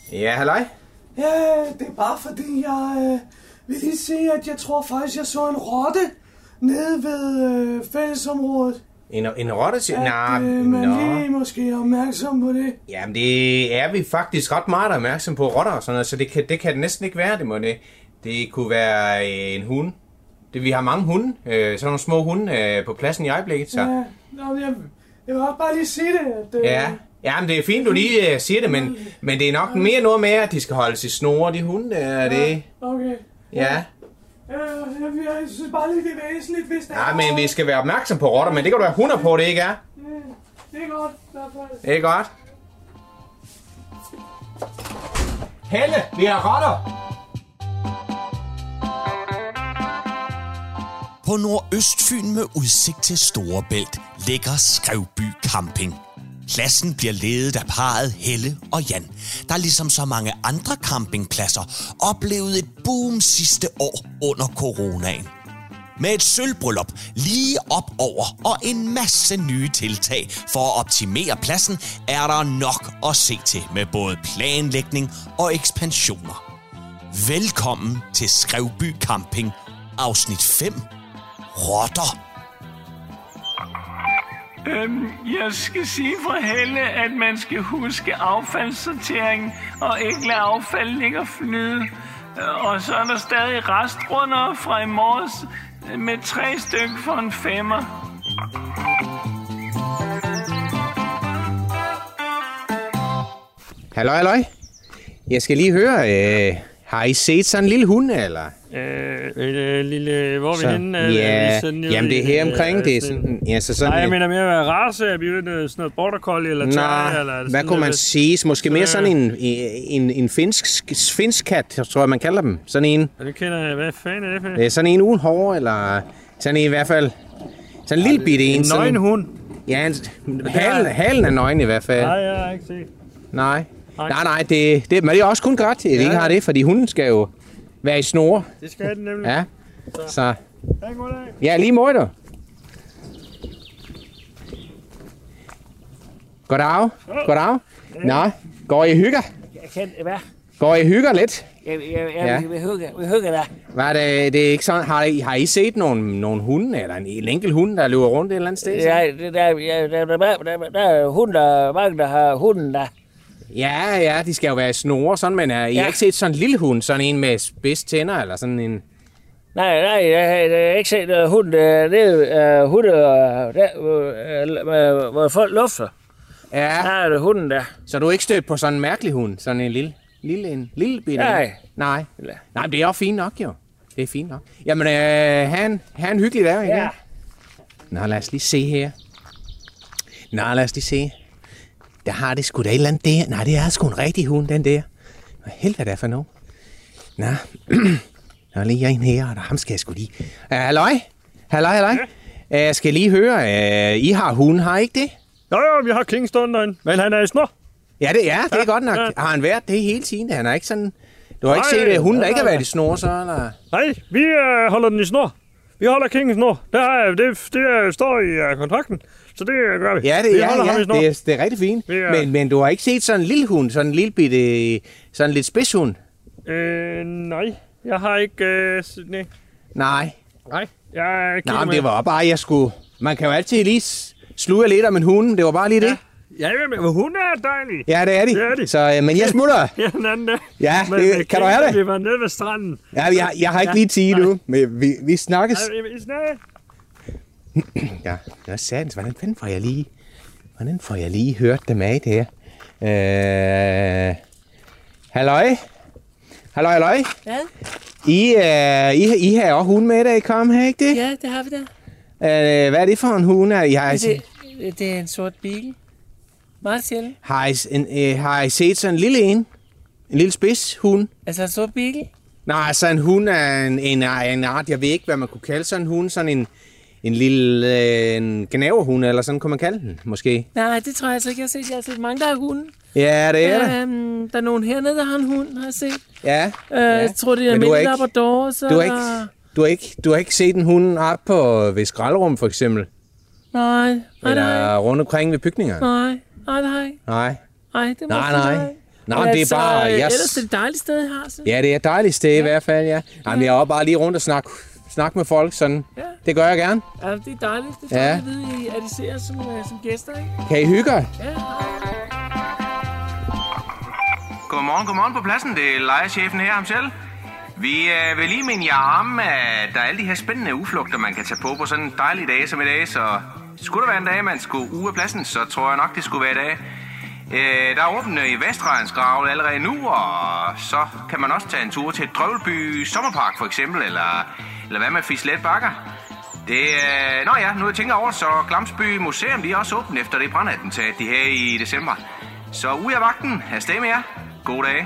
Ja, halløj? Ja, det er bare fordi, jeg vil lige sige, at jeg tror faktisk, jeg så en rotte nede ved fællesområdet. En rotte til? Nej, man lige måske er opmærksom på det. Jamen, det er vi faktisk ret meget opmærksom på, rotter og sådan noget, så det kan det næsten ikke være, det må det. Det kunne være en hund. Vi har mange hunde, sådan nogle små hunde på pladsen i øjeblikket, så. Ja, jeg vil også bare lige sige det. At, Ja, men det er fint, du lige siger det, men det er nok mere noget med, at de skal holdes i snore, de hunde der, ja, det. Okay. Ja. Jeg synes bare lige, det er væsentligt, hvis det er. Ja, men vi skal være opmærksom på rotter, men det kan du være 100 på, det ikke er. Det er godt, i hvert fald. Det er godt. Helle, vi har rotter! På Nordøstfyn med udsigt til Storebælt ligger Skrevby Camping. Pladsen bliver ledet af parret Helle og Jan, der ligesom så mange andre campingpladser oplevede et boom sidste år under coronaen. Med et sølvbryllup lige op over og en masse nye tiltag for at optimere pladsen, er der nok at se til med både planlægning og ekspansioner. Velkommen til Skrevby Camping, afsnit 5. Rotter. Jeg skal sige for Helle, at man skal huske affaldssortering og ikke lade affald ligge og flyde. Og så er der stadig restrunder fra i morges med 3 stykker for en 5'er. Halløj. Jeg skal lige høre, har I set sådan en lille hund, eller? Lille, hvor er vi henne? Ja, jamen det er her omkring, det er sådan, ja, så sådan. Nej, jeg mener mere race, er vi sådan noget border collie eller terrier, eller hvad kunne man sige? Måske mere sådan en finsk kat, tror jeg man kalder dem. Sådan en. Ja, det kender jeg. Hvad fanden er det for? Det er sådan en uden hår, eller sådan en i hvert fald. Sådan en lille bitte en. En nøgen hund? Ja, halen er nøgen i hvert fald. Nej, jeg har ikke set. Nej, men det er også kun godt, at de ikke har det, fordi hunden skal jo være i snore. Det skal den nemlig. Ja, så. Ha' en god dag. Ja, lige måde du. Goddag. Nå, går I hygger? Hvad? Går I hygger lidt? Ja. Vi hygger der. Hvad er det er ikke sådan, har I set nogle hunde, eller en enkelt hund, der løber rundt et eller andet sted? Ja, der er hunde, der mange, der har hunden der. Ja, de skal jo være snore, sådan, men I har ikke set sådan en lille hund, sådan en med spids tænder, eller sådan en... Nej, jeg har ikke set hund. Det er hunde, hvor folk lufter. Ja. Der er det hunden der. Så du er ikke stødt på sådan en mærkelig hund, sådan en lille bitte? Nej, men det er også fint nok, jo. Det er fint nok. Jamen, have en hyggelig dag, ikke? Ja. Nå, lad os lige se. Der har det sgu da et eller andet der. Nej, det er sgu en rigtig hund, den der. Hvad helvede er det for noget? Nå, der er lige en her, og ham skal jeg sgu lige... Halløj. Ja. Jeg skal lige høre, I har hund, har I ikke det? Jo, vi har Kingston derinde, men han er i snor. Ja, det er godt nok. Ja. Har han været det hele tiden? Han er ikke sådan... Du har ikke set hunden, der ikke har været i snor, så, eller? Nej, vi holder den i snor. Vi holder King i snor. Det står i kontrakten, så det gør vi. Ja, det er rigtig fint. Men du har ikke set sådan en lille hund, sådan en lille bitte, sådan lidt spidshund? Nej, jeg har ikke... Nej. Nej, men det var bare, jeg skulle... Man kan jo altid lige sluge lidt om en hund, det var bare lige det. Ja, men hun er dejlig. Ja, det er de. Så, men jeg smutter. Ja, den anden der. Ja, kan du have det? Vi var nede ved stranden. Ja, jeg har ikke lige tid nu, men vi snakkes. Vi snakkes. Ja, det er sandt. Hvordan får jeg lige hørt dem af det her? Halløj. Ja? I har også hund med, da I kom her, ikke det? Ja, det har vi da. Hvad er det for en hund? Det er en sort beagle. Meget sjældent. Har I set sådan en lille en? En lille spids hund? Altså en sort beagle? Nej, så en hund er en art, jeg ved ikke, hvad man kunne kalde sådan en hund. Sådan en lille en gnaverhund, eller sådan kunne man kalde den, måske. Nej, det tror jeg altså ikke, jeg har set. Mange, der har hunden. Ja, det er der. Der er nogen hernede, der har en hund, har jeg set. Ja. Jeg tror, det er almindelig labrador, så... Du har ikke set en hund op på ved skralderum, for eksempel? Nej, eller rundt omkring ved bygningerne? Nej, det har jeg ikke. Nej. Nej, det må jeg. Nå, det er bare... Ellers er det et dejligt sted, jeg har. Så. Ja, det er et dejligt sted i hvert fald, ja. Jamen, jeg er også bare lige rundt og snakke med folk sådan. Ja. Det gør jeg gerne. Ja, det er dejligt. Det er dejligt at vide, at I ser os som gæster, ikke? Kan I hygge jer? Ja. Godmorgen på pladsen. Det er lejerchefen her ham selv. Vi vil lige minde jer om, at der er alle de her spændende udflugter, man kan tage på sådan en dejlig dag som i dag. Så skulle der være en dag, man skulle ude af pladsen, så tror jeg nok, det skulle være i dag. Der er åbent i Vestrejens grav allerede nu, og så kan man også tage en tur til Drøvelby Sommerpark for eksempel, eller hvad med Fislet Bakker. Nu jeg tænker over, så Glamsby Museum, de er også åbent efter det brandattentat, de her i december. Så ude af vagten, afsted med jer. God dag.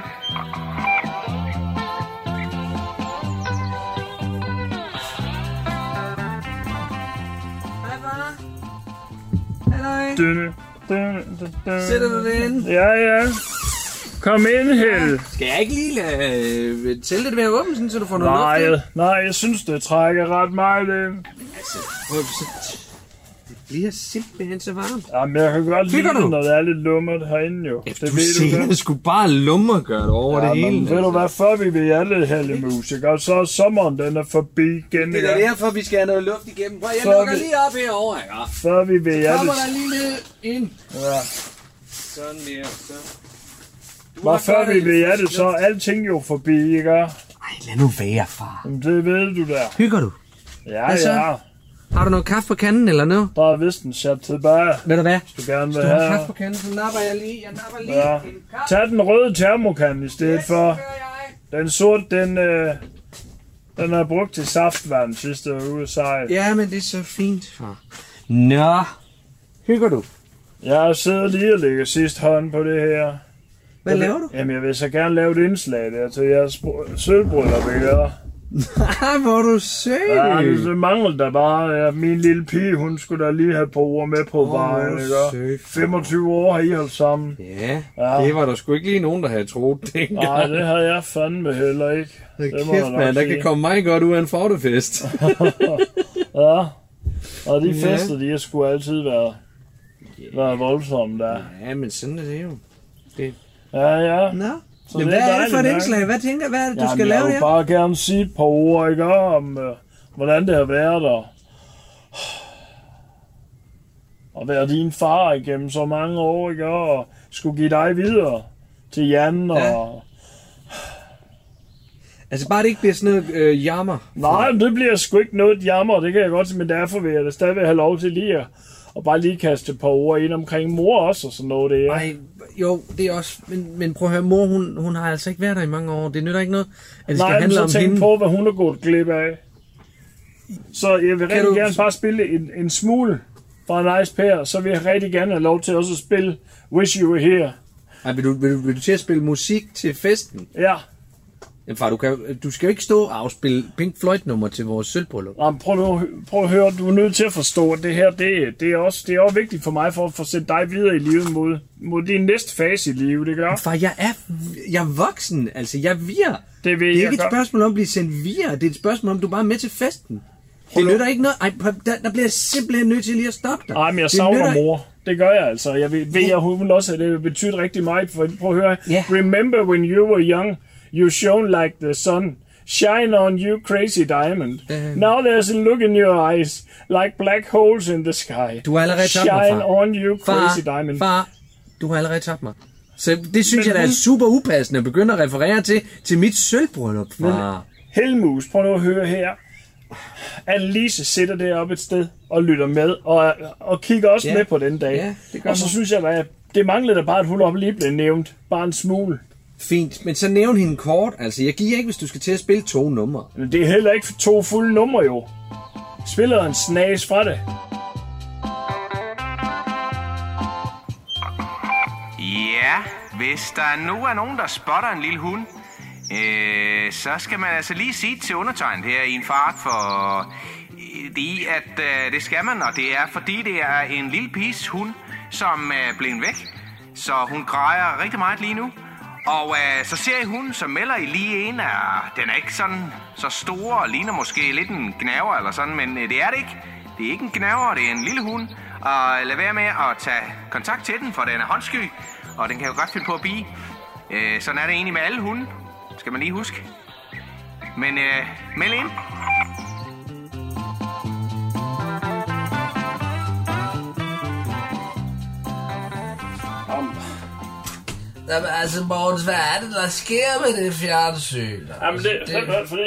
Sætter du det ind? Ja. Kom ind, Helle. Skal jeg ikke lige lade teltet være åbent, sådan, så du får noget luft ind? Nej, jeg synes, det trækker ret meget ind. Altså, det bliver simpelthen så varmt. Jamen, jeg kan godt lide det, når det er lidt lummert herinde, jo. Ja, det ved du det skulle bare lummergøre det over det hele. Men ved du hvad, før vi vil alle Hellemus, ikke? Og så er sommeren, den er forbi igen. Det er derfor, vi skal have noget luft igennem. Prøv, jeg lukker lige op herovre, ikke? Før vi vil alle... Kommer der lige ned ind. Ja. Sådan der, så... Bare før vi vil det, så er alting jo forbi, ikke? Ej, lad nu være, far. Jamen, det ved du da. Hygger du? Ja. Har du noget kaffe på kanden, eller noget? Der er vist en chat tilbage. Ved du hvad? Hvis du gerne vil have have. Kaffe på kanden, så napper jeg lige. Jeg napper lige en kaffe. Tag den røde termokan i stedet for. Den sort, den er brugt til saftvand sidste uge sejl. Ja, men det er så fint, far. Nå. Hygger du? Jeg sidder lige og lægger sidst hånd på det her. Hvad laver du? Jamen, jeg vil så gerne lave et indslag der til jeres sølvbryllup, ikke? Nej, hvor du sød. Ja, det mangler der bare. Ja, min lille pige, hun skulle da lige have på ord med på vejen, ikke? 25 år har I holdt sammen. Ja, det var der sgu ikke lige nogen, der havde troet det. Nej, det havde jeg fandme heller ikke. Kæft, mand, der kan komme meget godt ud af en fortefest. Ja, og de fester, de har sgu altid været voldsomme der. Ja, men sådan er det jo. Det... Ja. Nå. Jamen, hvad er det for et indslag? Hvad er det, du skal lave her? Jeg vil bare gerne sige et par ord, ikke? Om hvordan det har været at være din far igennem så mange år, ikke? Og skulle give dig videre til Jan og... Altså bare det ikke bliver sådan noget jammer? Nej, det bliver sgu ikke noget jammer, det kan jeg godt sige, men derfor vil jeg da stadigvæk have lov til lige og bare lige kaste et par ord ind omkring mor også og sådan noget det. Nej, jo, det er også... Men prøv at høre, mor, hun har altså ikke været der i mange år. Det nytter ikke noget, at det skal handle om hende. Nej, så tænk på, hvad hun har gået glip af. Så jeg vil rigtig gerne bare spille en smule fra Nice Pair, så vil jeg rigtig gerne have lov til også at spille Wish You Were Here. Ej, vil du til at spille musik til festen? Ja. Jamen far, du skal jo ikke stå og afspille Pink Floyd-nummer til vores sølvbryllup. Prøv at høre, du er nødt til at forstå, at det her, det er også vigtigt for mig, for at få sætte dig videre i livet mod din næste fase i livet, det gør. Far, jeg er voksen, altså jeg virker. Det er ikke et spørgsmål om at blive sendt videre, det er et spørgsmål om, du bare er med til festen. Det nytter ikke noget. Ej, der bliver jeg simpelthen nødt til lige at stoppe dig. Nej, men jeg savner mor. Det gør jeg altså. Jeg ved hun også, at det betyder rigtig meget. For prøv at høre. Yeah. Remember when you were young, you shone like the sun. Shine on you, crazy diamond. Now there's a look in your eyes, like black holes in the sky. Du har allerede tabt mig, far. Shine on you, crazy diamond. Far, du har allerede tabt mig. Så det synes jeg, der er super upassende at begynde at referere til mit sølvbryllup, far. Helmus, prøv nu at høre her. Annelise sidder deroppe et sted og lytter med, og kigger også med på den dag. Ja, det gør og så synes jeg, at det manglede da bare, at hun lige blev nævnt. Bare en smule. Fint, men så nævn hende kort. Altså, jeg giver ikke, hvis du skal til at spille 2 numre. Det er heller ikke 2 fulde numre, jo. Spiller en snas fra det. Ja, hvis der nu er nogen, der spotter en lille hund, så skal man altså lige sige til undertegnet her i en fart, for det skal man, og det er fordi det er en lille piges hund, som er blevet væk. Så hun græder rigtig meget lige nu. Og så ser I hunden, som melder I lige en af... Den er ikke sådan så stor og ligner måske lidt en gnaver eller sådan, men det er det ikke. Det er ikke en gnaver, det er en lille hund. Og lad være med at tage kontakt til den, for den er håndsky, og den kan jo godt finde på at bide. Sådan er det egentlig med alle hunde, skal man lige huske. Men meld ind. Jamen, altså, Mogens, hvad er det, der sker med det fjernsyn? Jamen, det er simpelthen fordi...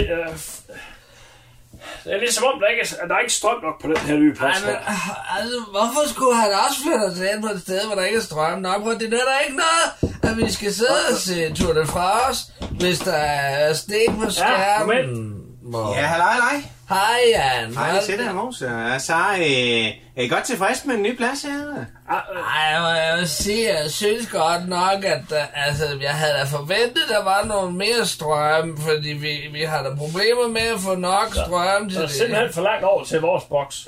det er ligesom om, der er ikke strøm nok på den her nye plads. Ej, men, altså, hvorfor skulle han også flytte os ind på et sted, hvor der ikke er strøm nok? For det er der ikke noget, at vi skal sidde og se Tour de France, hvis der er sten på skærmen. Ja, halløj. Hej, Jan. Hej, det sætter jeg, Mogens. Så er I godt tilfreds med den nye plads her? Ej, jeg vil sige, jeg synes godt nok, at jeg havde da forventet, at der var noget mere strøm, fordi vi har da problemer med at få nok strøm til det. Det er simpelthen for langt over til vores boks.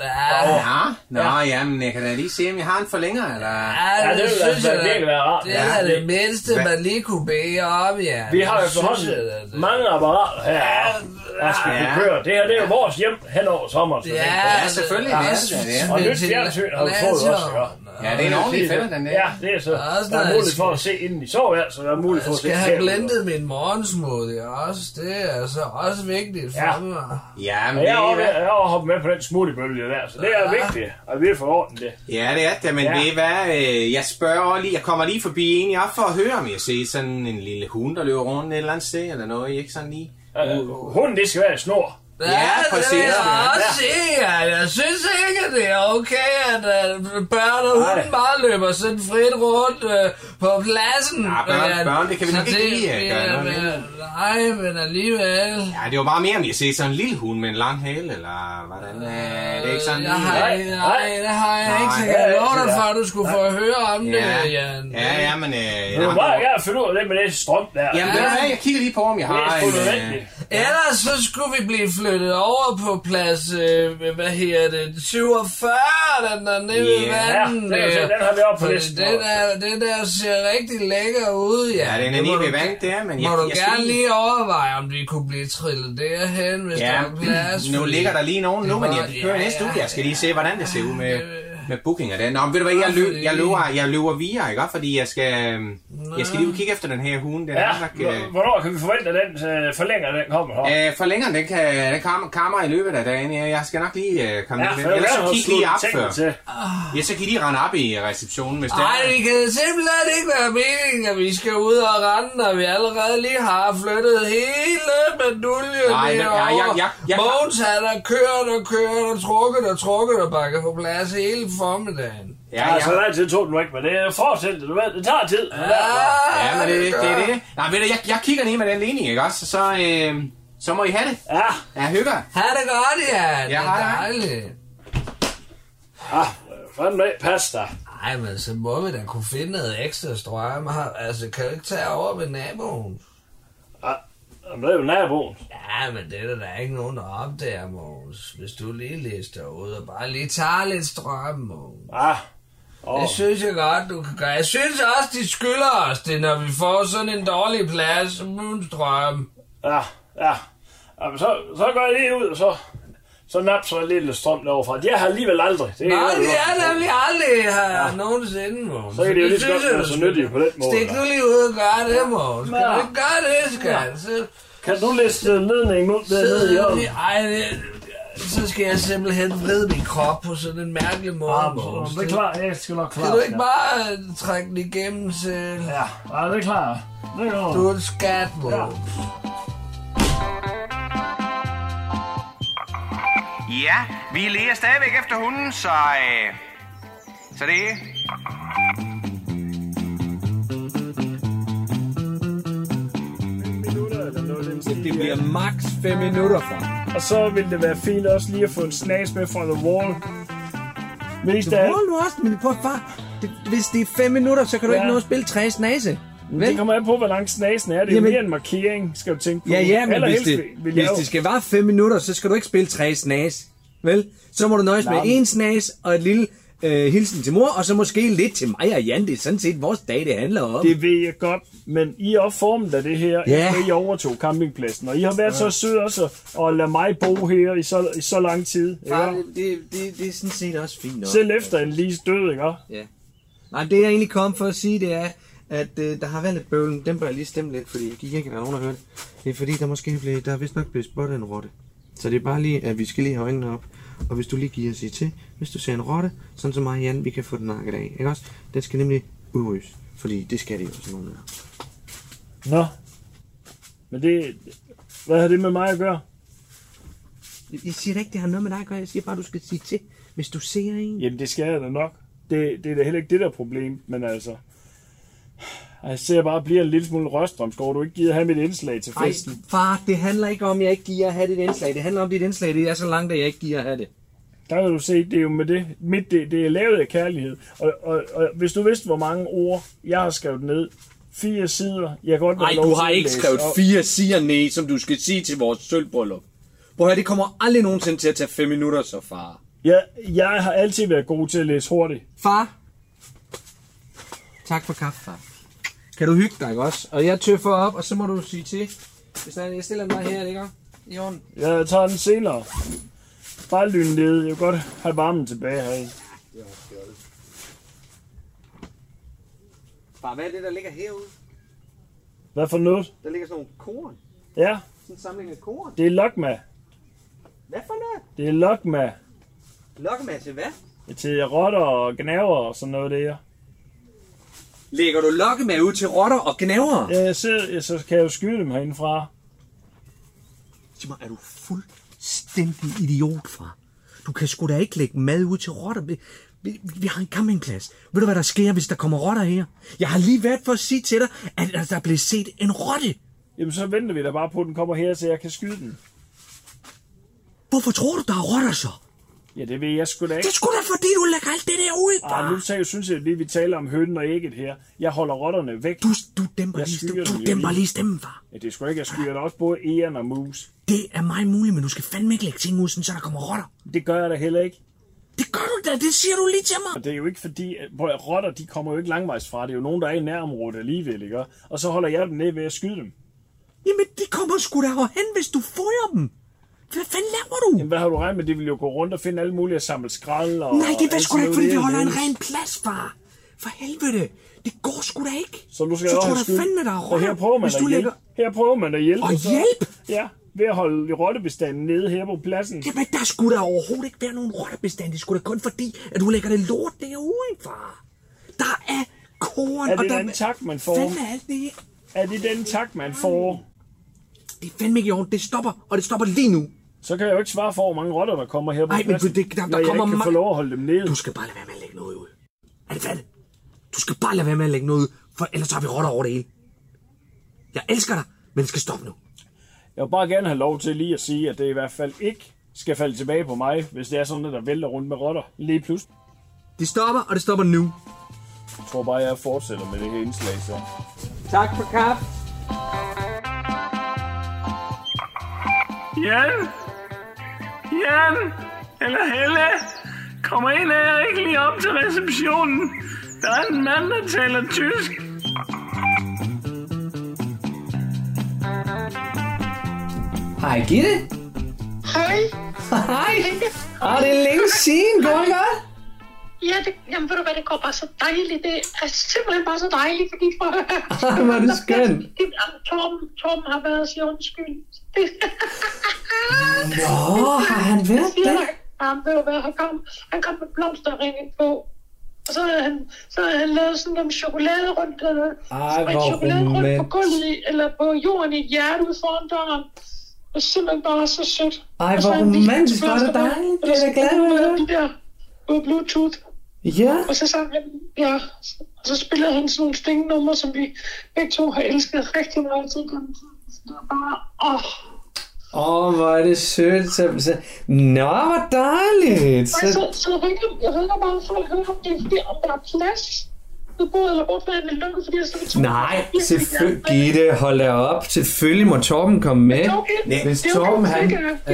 Jamen, jeg kan da lige se, om jeg har en forlænger, eller... Ja, det vil altså virkelig være rart. Det er det mindste, man lige kunne bede om, ja. Vi har jo forhånden mange apparater her, der skal vi køre. Det her, det er jo vores hjem hen over sommeren. Ja, selvfølgelig. Og nyt fjernsyn har vi fået også, ikke? Ja, det er en ordentlig fælder, den der. Ja, det er så. Der er mulighed for at se inden i soveværelset, så der er mulighed for at se. Jeg skal have blendet min morgensmoothie også. Det er altså også vigtigt for mig. Ja, men jeg har hoppet med på den smoothiebølge der, så det er vigtigt, at vi får orden det. Ja, det er det, men ved hvad, jeg spørger lige, jeg kommer lige forbi en op for at høre, om jeg ser sådan en lille hund, der løber rundt et eller andet sted, eller noget, ikke sådan lige? Hunden, det skal være snor. Ja, præcis. Det vil jeg også sige, at jeg synes ikke, at det er okay, at børn og hunden bare løber sådan frit rundt på pladsen. Ja, børn, det kan vi nok ikke lige gøre noget. Nej, men alligevel. Ja, det var bare mere, om jeg ser sådan en lille hund med en lang hale, eller hvordan? Det er ikke sådan lige... Nej, det har jeg ikke, så kan jeg love dig for, at du skulle få at høre om det, Jan. Ja, men... Du må bare gerne finde ud af det med det strøm der. Jamen, ved du hvad, jeg kigger lige på, om jeg har en... Ellers så skulle vi blive flyttet over på plads, 47, den der nede ved vandet. Ja, den har vi oppe på listen. Det der ser rigtig lækker ud, ja. Ja, den er lige ved vandet der, men må du gerne lige overveje, om vi kunne blive trillet derhen, hvis der er plads. Nu ligger der lige nogen nu, men jeg kører næste uge. Jeg skal lige se, hvordan det ser ud med booking af den. Nå, men ved du hvad, jeg løber via, ikke? Fordi jeg skal lige kigge efter den her hund. Hvornår kan vi forvente, at den forlænger, den kommer her? Forlænger, den kommer i løbet af dagen. Jeg skal nok lige komme ned. Ellers så kigge lige op før. Ja, så kan I lige rende op i receptionen, hvis det er. Nej, det kan simpelthen ikke være meningen, at vi skal ud og rende, når vi allerede lige har flyttet hele meduljen derovre. Mogens har kørt og trukket og bakket på plads hele formiddagen. Ja, så lang tid tog den ikke, men det er fortsættet, du ved, det tager tid. Ja, men det er det. Nej, ved du, jeg kigger lige med den ligning, ikke også? Så må I have det. Ja, hygger. Ha' det godt, ja. Ja, hej. Dejligt. Fanden med, pas dig. Ej, men så må vi da kunne finde noget ekstra strøm. Altså, kan du ikke tage over med naboen? Jamen, det er jo naboen. Ja, men det er der ikke nogen, der opdager, Mogens. Hvis du lige lister ud og bare lige tager lidt strøm, Mogens. Det synes jeg godt, du kan gøre. Jeg synes også, de skylder os det, når vi får sådan en dårlig plads uden strøm. Ja. Jamen, så går jeg lige ud, og så napser jeg lidt strøm derovre. De har alligevel aldrig. Nej, de er nemlig aldrig her nogensinde, Mogens. Så kan det jo lige så godt være så nyttigt på den måde. Stik nu lige ud og gør det, Mogens. Kan du ikke gøre det, skat? Kan du liste ledningen ud dernede i hjørnet? Ej, så skal jeg simpelthen vride min krop på sådan en mærkelig måde, Mogens. Det er klart, jeg skal nok klare. Kan du ikke bare trække den igennem selv? Ja, det er klart. Du er en skat, Mogens. Ja, vi leder stadigvæk efter hunden, så det Det bliver maks 5 minutter fra. Og så vil det være fint også lige at få en snas med fra The Wall. The Wall nu også, men prøv far. Hvis det er 5 minutter, så kan du ikke nå at spille 3 snase. Det kommer an på, hvor lang snasen er. Det er jo mere en markering, skal du tænke på. Ja, men hvis det skal vare 5 minutter, så skal du ikke spille 3 snas. Vel? Så må du nøjes med 1 snas og et lille hilsen til mor, og så måske lidt til mig og Jan. Det er sådan set vores dag, det handler om. Det ved jeg godt, men I er opformet af det her, I overtog campingpladsen, og I har været så søde også at lade mig bo her i så lang tid. Far, det er sådan set også fint. Selv efter en lige død, ikke? Ja. Nej, det jeg egentlig kom for at sige, det er, at der har været lidt bøvlen. Den bør jeg lige stemme lidt, fordi jeg gik ikke, der er nogen, der hører det. Det er fordi, der er vist nok blevet spottet en rotte. Så det er bare lige, at vi skal lige have øjnene op. Og hvis du lige giver sig til, hvis du ser en rotte, sådan som mig, Jan, vi kan få den nakket af. Ikke også? Den skal nemlig udryddes, fordi det skal det jo sådan nogle der. Nå. Men det... Hvad har det med mig at gøre? Jeg siger da ikke, det har noget med dig at gøre. Jeg siger bare, du skal sige til, hvis du ser en. Jamen, det skal jeg da nok. Det er da heller ikke det der problem, men altså... Jeg ser bare, bliver en lille smule røstrømskov. Du ikke gider have mit indslag til festen. Ej, far, det handler ikke om, at jeg ikke giver at have dit indslag. Det handler om, dit indslag det er så langt, at jeg ikke giver at have det. Der kan du se, det er jo med det. Det er lavet af kærlighed. Og hvis du vidste, hvor mange ord jeg har skrevet ned. 4 sider. Jeg kan godt nej, du har ikke skrevet 4 sider ned, som du skal sige til vores sølvbryllup. Prøv at høre, det kommer aldrig nogensinde til at tage 5 minutter, så far. Ja, jeg har altid været god til at læse hurtigt. Far. Tak for kaffe, far. Kan du hygge dig, ikke også? Og jeg tøffer op, og så må du sige til. Hvis jeg stiller mig her, ikke? I orden. Jeg tager den senere. Bare lyn ned. Jeg vil godt have varmen tilbage herinde. Far, hvad er det, der ligger herude? Hvad for noget? Der ligger sådan nogle korn. Ja. Sådan en samling af korn. Det er lokma. Hvad for noget? Det er lokma. Lokma til hvad? Til rotter og gnaver og sådan noget der. Lægger du lokma ud til rotter og gnaver? Ja, så kan jeg jo skyde dem herindefra. Sig mig, er du fuldstændig idiot, far? Du kan sgu da ikke lægge mad ud til rotter. Vi har en campingplads. Ved du, hvad der sker, hvis der kommer rotter her? Jeg har lige været for at sige til dig, at der blev set en rotte. Jamen, så venter vi da bare på, at den kommer her, så jeg kan skyde den. Hvorfor tror du, der er rotter så? Ja, det ved jeg sgu da ikke. Det er sgu da, fordi du lægger alt det der ud, far. Nu synes jeg lige, vi taler om hønnen og ægget her. Jeg holder rotterne væk. Du dæmper lige stemmen, far. Ja, det er sgu ikke. Jeg skyer da også både æren og mus. Det er meget muligt, men du skal fandme ikke lægge ting ud, så der kommer rotter. Det gør jeg da heller ikke. Det gør du da, det siger du lige til mig. Og det er jo ikke fordi, at rotter, de kommer jo ikke langvejs fra. Det er jo nogen, der er i nærområdet alligevel, ikke? Og så holder jeg dem ned ved at skyde dem. Jamen, de kommer sgu da hen, hvis du fodrer dem. Hvad fanden laver du? Jamen, hvad har du regnet med? De vil jo gå rundt og finde alle mulige at samle skrald og... Nej, det er sgu da ikke, fordi de holder en ren plads, far. For helvede. Det går sgu da ikke. Så du skal så tror du fandme, der er rotter. Her prøver man at hjælpe. Her prøver man at hjælpe. Og hjælp? Ja, ved at holde rottebestanden nede her på pladsen. Jamen, der skulle da overhovedet ikke være nogen rottebestand. Det skulle da kun fordi, at du lægger det lort derude, far. Der er korn, og der... Er det den tak, man får? Fandme alt det. Er det den tak, man får? Det er fandme ikke i orden. Det stopper, og det stopper lige nu. Så kan jeg jo ikke svare for, hvor mange rotter, der kommer her på pladsen. Men der kommer jeg ikke kan få lov at holde dem nede. Du skal bare lade være med at lægge noget ud. Er det færdigt? Du skal bare lade være med at lægge noget ud, for ellers har vi rotter over det hele. Jeg elsker dig, men det skal stoppe nu. Jeg vil bare gerne have lov til lige at sige, at det i hvert fald ikke skal falde tilbage på mig, hvis det er sådan noget, der vælter rundt med rotter lige pludselig. Det stopper, og det stopper nu. Jeg tror bare, jeg fortsætter med det her indslag, så. Tak for kaffe. Jan, eller Helle, kommer ind her ikke lige op til receptionen. Der er en mand, der taler tysk. Hej, Gitte. Hej. Hej. Det er længe siden. Går det godt? Ja, jamen ved du hvad, det går bare så dejligt. Det er simpelthen bare så dejligt, fordi for... Ej, hvor er det skønt. Torben har været og siger undskyld. Nå, har han været det? Han ved du hvad, han kom med blomsterringen på. Og så havde han lavet sådan nogle chokolade rundt, på gulvet, eller på jorden i et hjerte ude foran døren. Det er simpelthen bare så sødt. Ej, hvor romantisk, hvor er det dejligt. Det er jeg glad for. De der på Bluetooth. Ja. Og så sang han, ja, og så spillede han sådan nogle stingnumre, som vi begge to har elsket rigtig meget til. Så det var bare, hvor er det sødt. Nå, hvor dejligt. Så jeg ringer bare for at høre, om der er plads. Eller nej, selvfølgelig, Gitte, hold da op. Selvfølgelig må Torben komme med. Hvis Torben, han...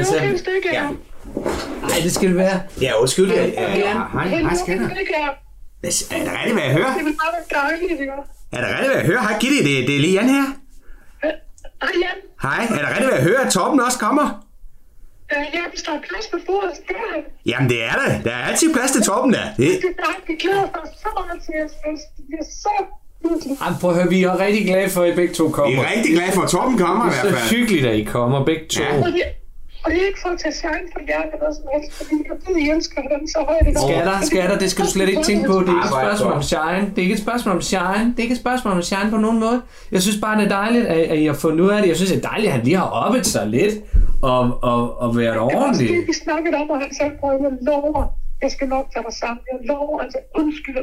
Nej, det skal det være. Ja, undskyld. Hej, skatter. Er der rigtig, hvad jeg hører? Det vil bare være dejligt, ikke? Er der rigtig, hvad jeg hører? Hej, Gitte, det er lige Jan her. Hej, Jan. Hej, er der rigtig, hvad jeg hører, at Torben også kommer? Ja, hvis der er plads på bordet, så gør han. Jamen, det er der. Der er altid plads til Torben, der. Vi glæder os så meget til at det er så Jamen, prøv at høre, vi er rigtig glade for, at I begge to kommer. Vi er rigtig glade for, at Torben kommer i hvert fald. Det er så hyggeligt, at I kommer, begge to. Ja. Og det er ikke for at tage shine for jer, eller sådan noget, fordi jeg ved, I elsker den så højt. Skatter, det skal du slet ikke tænke på. Det er ikke et spørgsmål om shine. Det er ikke et spørgsmål om shine. Det er ikke et spørgsmål om shine på nogen måde. Jeg synes bare, det er dejligt, at I har fundet ud af det. Jeg synes, det er dejligt, at han lige har oppet sig lidt og været ordentlig. Det er vi snakkede om, og han sagde, prøv at love, jeg skal nok tage mig sammen. Jeg lover, altså undskyld.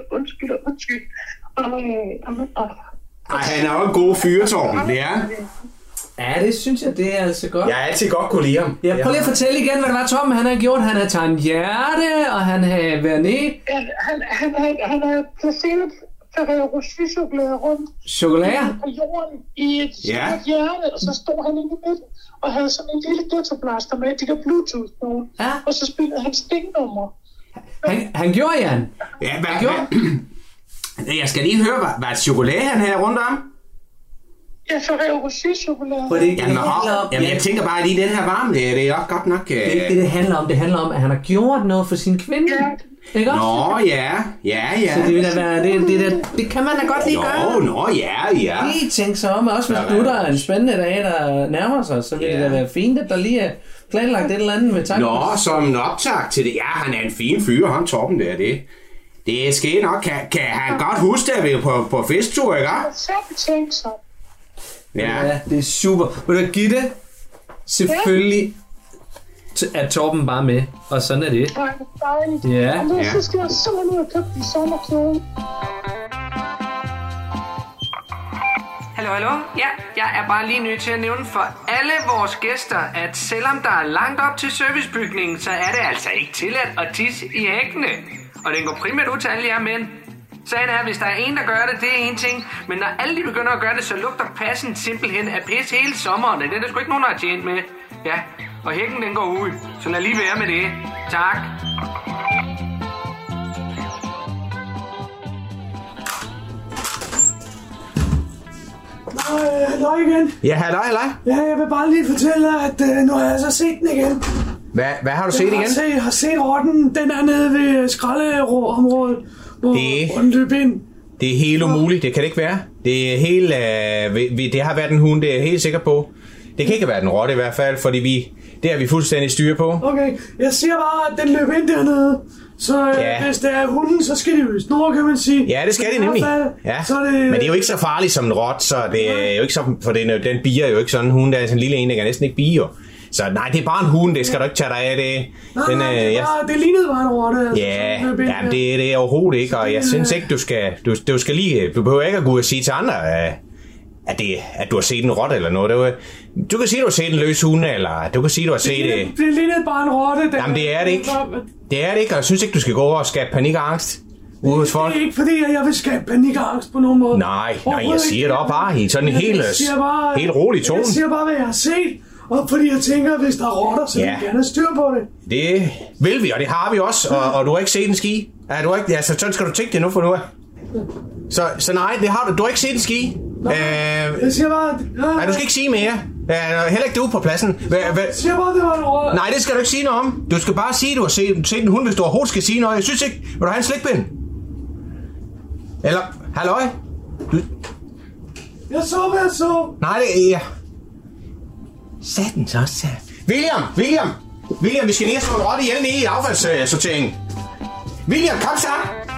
Ej, han er jo en god fyre, Torben. Det er. Ja, det synes jeg, det er altså godt. Jeg er altid godt kunne lide ham. Ja, prøv lige at fortælle igen, hvad det var, Torben han har gjort. Han har taget en hjerte, og han har været ned. Ja, han har placeret Ferrero Rocher-chokolade rundt på jorden i et stort hjerte, og så stod han inde i midten og havde sådan en lille ghettoblaster med de der Bluetooth på, og så spillede han stingnummer. Han gjorde, Jan. Ja, hvad gjorde? Jeg skal lige høre, hvad chokolade han havde rundt om? Ja, Ferrero Rocher-chokolade. Jamen, jeg tænker bare, at i den her varme, det er godt nok... Det er ikke det handler om. Det handler om, at han har gjort noget for sin kvinde. Ja. Ikke også? Nå, ja. Så det vil da være... Det kan man da godt lige gøre. Nå, ja. Lige tænke sig om, også hvis nu der er en spændende dag, der nærmer sig, så vil det da være fint, at der lige er planlagt et eller andet med tak. Nå, som en optag til det. Ja, han er en fin fyr, ham Torben der, det. Det skal nok. Kan han godt huske, at vi er på festtur, ikke? Så tænk så. Ja, det er super. Vil du give det? Selvfølgelig er Torben bare med, og sådan er det. Ja. Og så skal jeg simpelthen ud og købe en sommerkjole. Hallo? Ja, jeg er bare lige nødt til at nævne for alle vores gæster, at selvom der er langt op til servicebygningen, så er det altså ikke tilladt at tisse i hækkene. Og den går primært ud til alle jer mænd. Sagen er, hvis der er en, der gør det, det er en ting. Men når alle de begynder at gøre det, så lugter passen simpelthen af pis hele sommeren. Det er der sgu ikke nogen, der har tjent med. Ja, og hækken den går ud. Så lad lige være med det. Tak. Halløj igen. Ja, halløj. Ja, jeg vil bare lige fortælle dig, at nu har jeg så set den igen. Hvad har du set igen? Jeg har set rotten. Den er nede ved skraldeområdet. Det er helt umuligt. Det kan det ikke være. Det er helt... det har været en hund, det er jeg helt sikker på. Det kan ikke være en rotte i hvert fald, fordi det har vi fuldstændig styr på. Okay, jeg siger bare, at den løb ind dernede. Så hvis det er hunden, så skal de jo i snor, kan man sige. Ja, det skal de nemlig. Ja. Så det... Men det er jo ikke så farligt som en rot, så det er jo ikke så... For den bier jo ikke sådan en hund, der er sådan en lille en, der kan næsten ikke bige jo. Så nej, det er bare en hund, det skal du ikke tage dig af. Det lignede bare en rotte. Altså, jamen, det er overhovedet ikke, og jeg synes ikke, du skal lige... Du behøver ikke at gå og sige til andre, at du har set en rotte eller noget. Du kan sige, at du har set en løs hund, eller du kan sige, at du har set... Det lignede bare en rotte. Jamen, det er det ikke. Det er det ikke, og jeg synes ikke, du skal gå og skabe panik og angst ude hos folk. Det er ikke fordi, jeg vil skabe panik og angst på nogen måde. Nej, jeg siger det også bare i sådan en helt rolig tone. Jeg siger bare, hvad jeg har set. Og fordi jeg tænker, at hvis der er rotter, så vil jeg gerne have styr på det. Det vil vi, og det har vi også. Og du har ikke set en ski. Så sådan skal du tænke det nu for nu. Så nej, det har du. Du har ikke set en ski. Jeg siger bare... Nej, du skal ikke sige mere. Heller ikke det på pladsen. Jeg siger bare, det var en rotte. Nej, det skal du ikke sige noget om. Du skal bare sige, at du har set en hund, hvis du overhovedet skal sige noget. Jeg synes ikke... Vil du have en slikpind? Eller... Halløj? Jeg så, hvad jeg så. Nej, det er... Satans også. William, vi skal lige have slået en rotte ihjel nede i affaldssorteringen. William, kom så!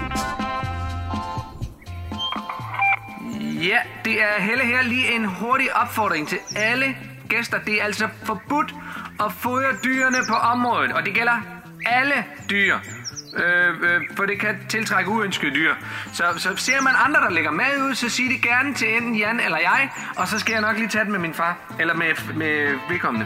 Ja, det er Helle her. Lige en hurtig opfordring til alle gæster. Det er altså forbudt at fodre dyrene på området, og det gælder alle dyr. For det kan tiltrække uønskede dyr. Så ser man andre, der lægger mad ud, så sig det gerne til enten Jan eller jeg, og så skal jeg nok lige tage det med min far, eller med vedkommende.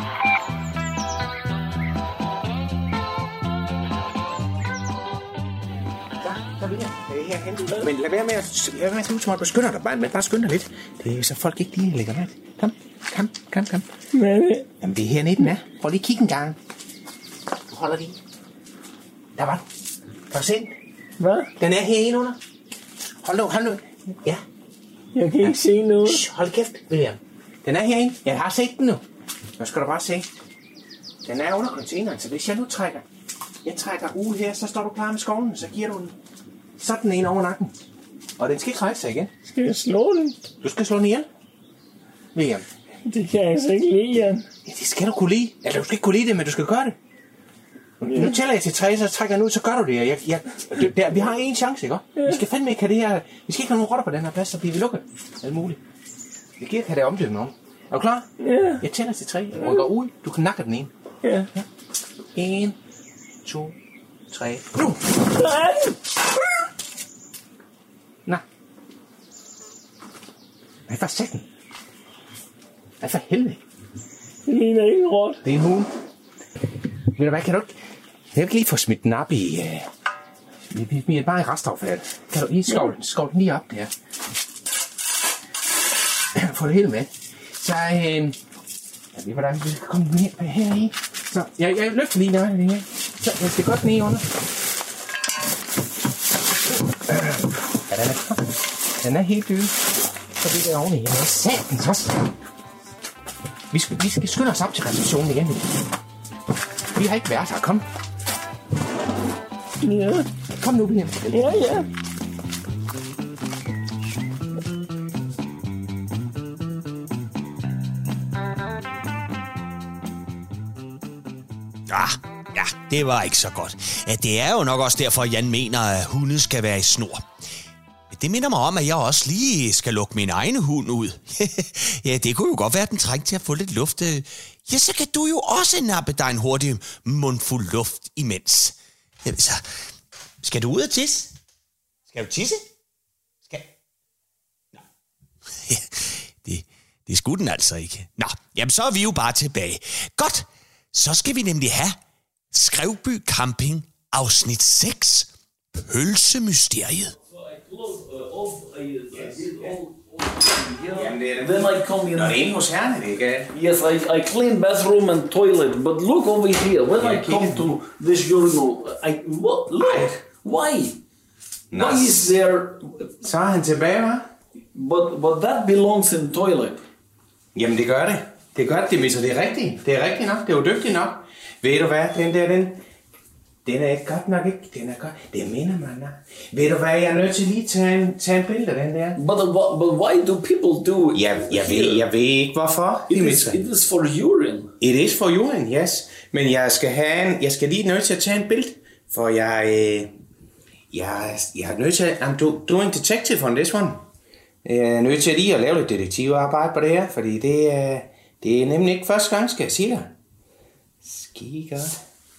Men lad være med at se ud som om du skynder dig, men bare skynd dig lidt. Det er så folk ikke lige lægger mad. Kom. Hvad er det? Jamen det er hernede, den er. Prøv lige at kigge en gang. Du holder lige. Der var den. Kan du se den? Hvad? Den er herinde under. Hold nu. Ja. Jeg kan ikke se noget. Hold kæft, William. Den er herinde. Jeg har set den nu. Nu skal du bare se. Den er under containeren, så hvis jeg nu trækker ud her, så står du klar med skoven, så giver du den sådan en over nakken. Og den skal ikke rejse sig igen. Skal jeg slå den? Du skal slå den ihjel. William. Det kan jeg altså ikke lide, Jan. Ja, det skal du kunne lide. Eller du skal ikke kunne lide det, men du skal gøre det. Nu tæller jeg til 3, så trækker jeg den ud, så gør du det. Vi har en chance, ikke? Vi skal fandme ikke have det her. Vi skal ikke have nogen rotter på den her plads, så bliver vi lukket. Alt muligt. Vi kan ikke have det omdømme om. Er du klar? Ja. Jeg tæller til 3. Jeg rykker ud. Du kan nakke den ene. Ja. 1, 2, 3. Nu! Nej. Hvad for sætten? Hvad for helvede? Det ligner ikke en rot. Det er en hund. Ved du hvad, kan du ikke lige få smidt den op i... Vi smider bare i restaffald. Kan du lige skovle den lige op der? Få det hele med. Så, jeg ved hvordan vi skal komme ned her i. Så, jeg løfter lige nøjere det her. Så, jeg skal godt ned under. Ja, den er klar. Den er helt dyb. Så det der oveni her. Satans også. Vi skal skynde os op til receptionen igen. Vi har ikke været her. Kom. Ja. Kom nu, William. Ja. Ja, det var ikke så godt. Ja, det er jo nok også derfor, Jan mener, at hunde skal være i snor. Det minder mig om, at jeg også lige skal lukke min egen hund ud. Ja, det kunne jo godt være, at den trængte til at få lidt luft. Ja, så kan du jo også nappe dig en hurtig mundfuld luft imens. Så, skal du ud og tisse? Skal du tisse? Nå. Det skulle den altså ikke. Nå, jamen så er vi jo bare tilbage. Godt, så skal vi nemlig have Skrevby Camping afsnit 6. Pølsemysteriet. Then I come in. Nå, det er inde hos herren, det ikke? Yes, I clean bathroom and toilet, but look over here. When I come to this urinal, look. Why? Nå. Why is there? Så er han tilbage, hva'? But that belongs in toilet. Jamen, det gør det. Det gør det, Dimitri. Det er rigtigt. Det er rigtigt nok. Det er jo dygtigt nok. Ved du hvad? Den er ikke godt nok, ikke? Den er godt. Det minder mig nok. Ved du hvad? Jeg er nødt til lige at tage en billede af den der. But why do people do it? Jeg ved ikke, hvorfor. It is for urine. It is for urine, yes. Men jeg skal lige nødt til at tage en billede. For jeg er nødt til at... I'm doing detective on this one. Jeg er nødt til lige at lave lidt detektivarbejde på det her. Fordi det er nemlig ikke første gang, skal jeg sige dig. Ski godt.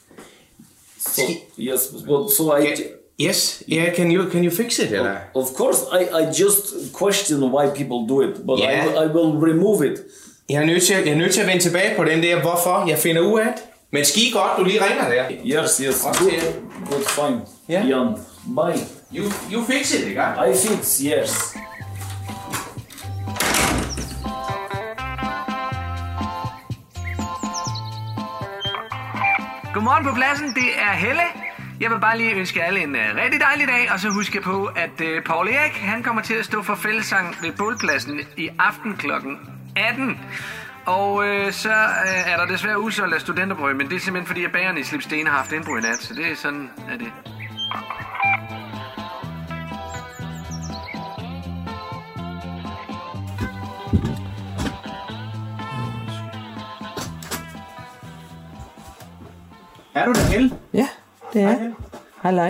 Yes, yeah, can you fix it? Eller? Of course, I just question why people do it, but I will remove it. Jeg er nødt til at vende tilbage på den der, hvorfor jeg finder ud af det. Men ski godt, du lige ringer der. Yes, good, fine. Yeah. Jan, bye. You fix it, ikke? I fix, yes. Godmorgen på pladsen, det er Helle. Jeg vil bare lige ønske alle en rigtig dejlig dag, og så huske på, at Paul Erik, han kommer til at stå for fællessang ved bålpladsen i aften kl. 18. Og så er der desværre udsolgt af studenterbrød, men det er simpelthen fordi, at bageren i Slipstene har haft indbrud i nat, så det er sådan, er det. Er du der, Helle? Ja, det er. Hej.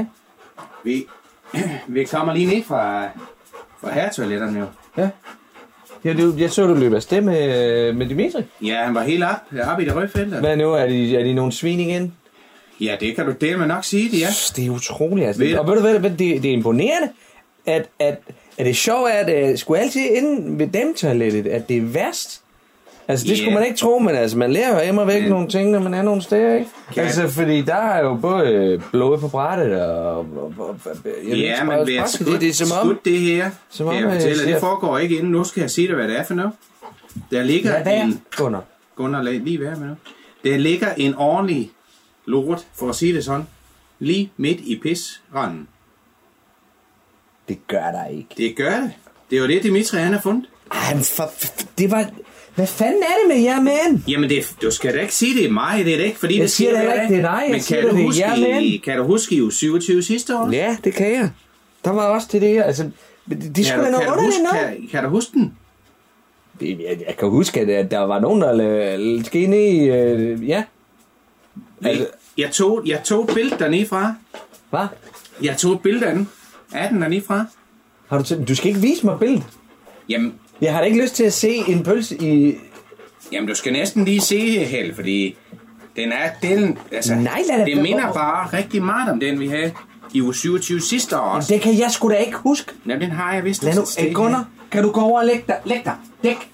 Vi kommer lige ned fra herretoiletterne jo. Ja. Jeg så, du løb afsted med Dimitri. Ja, han var helt oppe i det røde felt. Hvad nu? Er de nogle svin igen? Ja, det kan du dele med nok sige, det er. Det er utroligt, altså. Og ved du hvad, det er imponerende, at det sjovt, at skulle altid inde ved dem toilettet, at det er værst. Altså, det skulle man ikke tro, men altså, man lærer jo immer væk nogle ting, når man er nogle steder, ikke? Altså, fordi der er jo både blod på brættet og ja, men det er som om... det her. Som om, jeg fortæller, det foregår ikke inden. Nu skal jeg sige dig, hvad det er for noget. Der ligger en... Gunnar, lige være med nu. Der ligger en ordentlig lort, for at sige det sådan, lige midt i pisranden. Det gør der ikke. Det gør det. Det er jo det, Dimitri han har fundet. Det var... Hvad fanden er det med jer, mand? Jamen, du skal da ikke sige, det er mig, det er det ikke, fordi jeg siger det ikke, det er dig. Men kan du huske i 27 sidste år? Ja, det kan jeg. Der var også det her, altså, Det skulle da noget underligt noget. Kan du huske den? Jeg kan huske, at der var nogen, der skete ned i... ja. Altså, jeg tog et billede dernede fra. Hvad? Jeg tog et billede af den dernede fra. Har du skal ikke vise mig billedet. Jamen... Jeg har da ikke lyst til at se en pølse i... Jamen, du skal næsten lige se Helle, fordi den er... Altså, nej, det minder bare rigtig meget om den, vi havde i uge 27 sidste år også. Det kan jeg sgu da ikke huske. Jamen, den har jeg vist. Lad nu, Gunnar, kan du gå over og lægge dig? Læg dig. Dæk.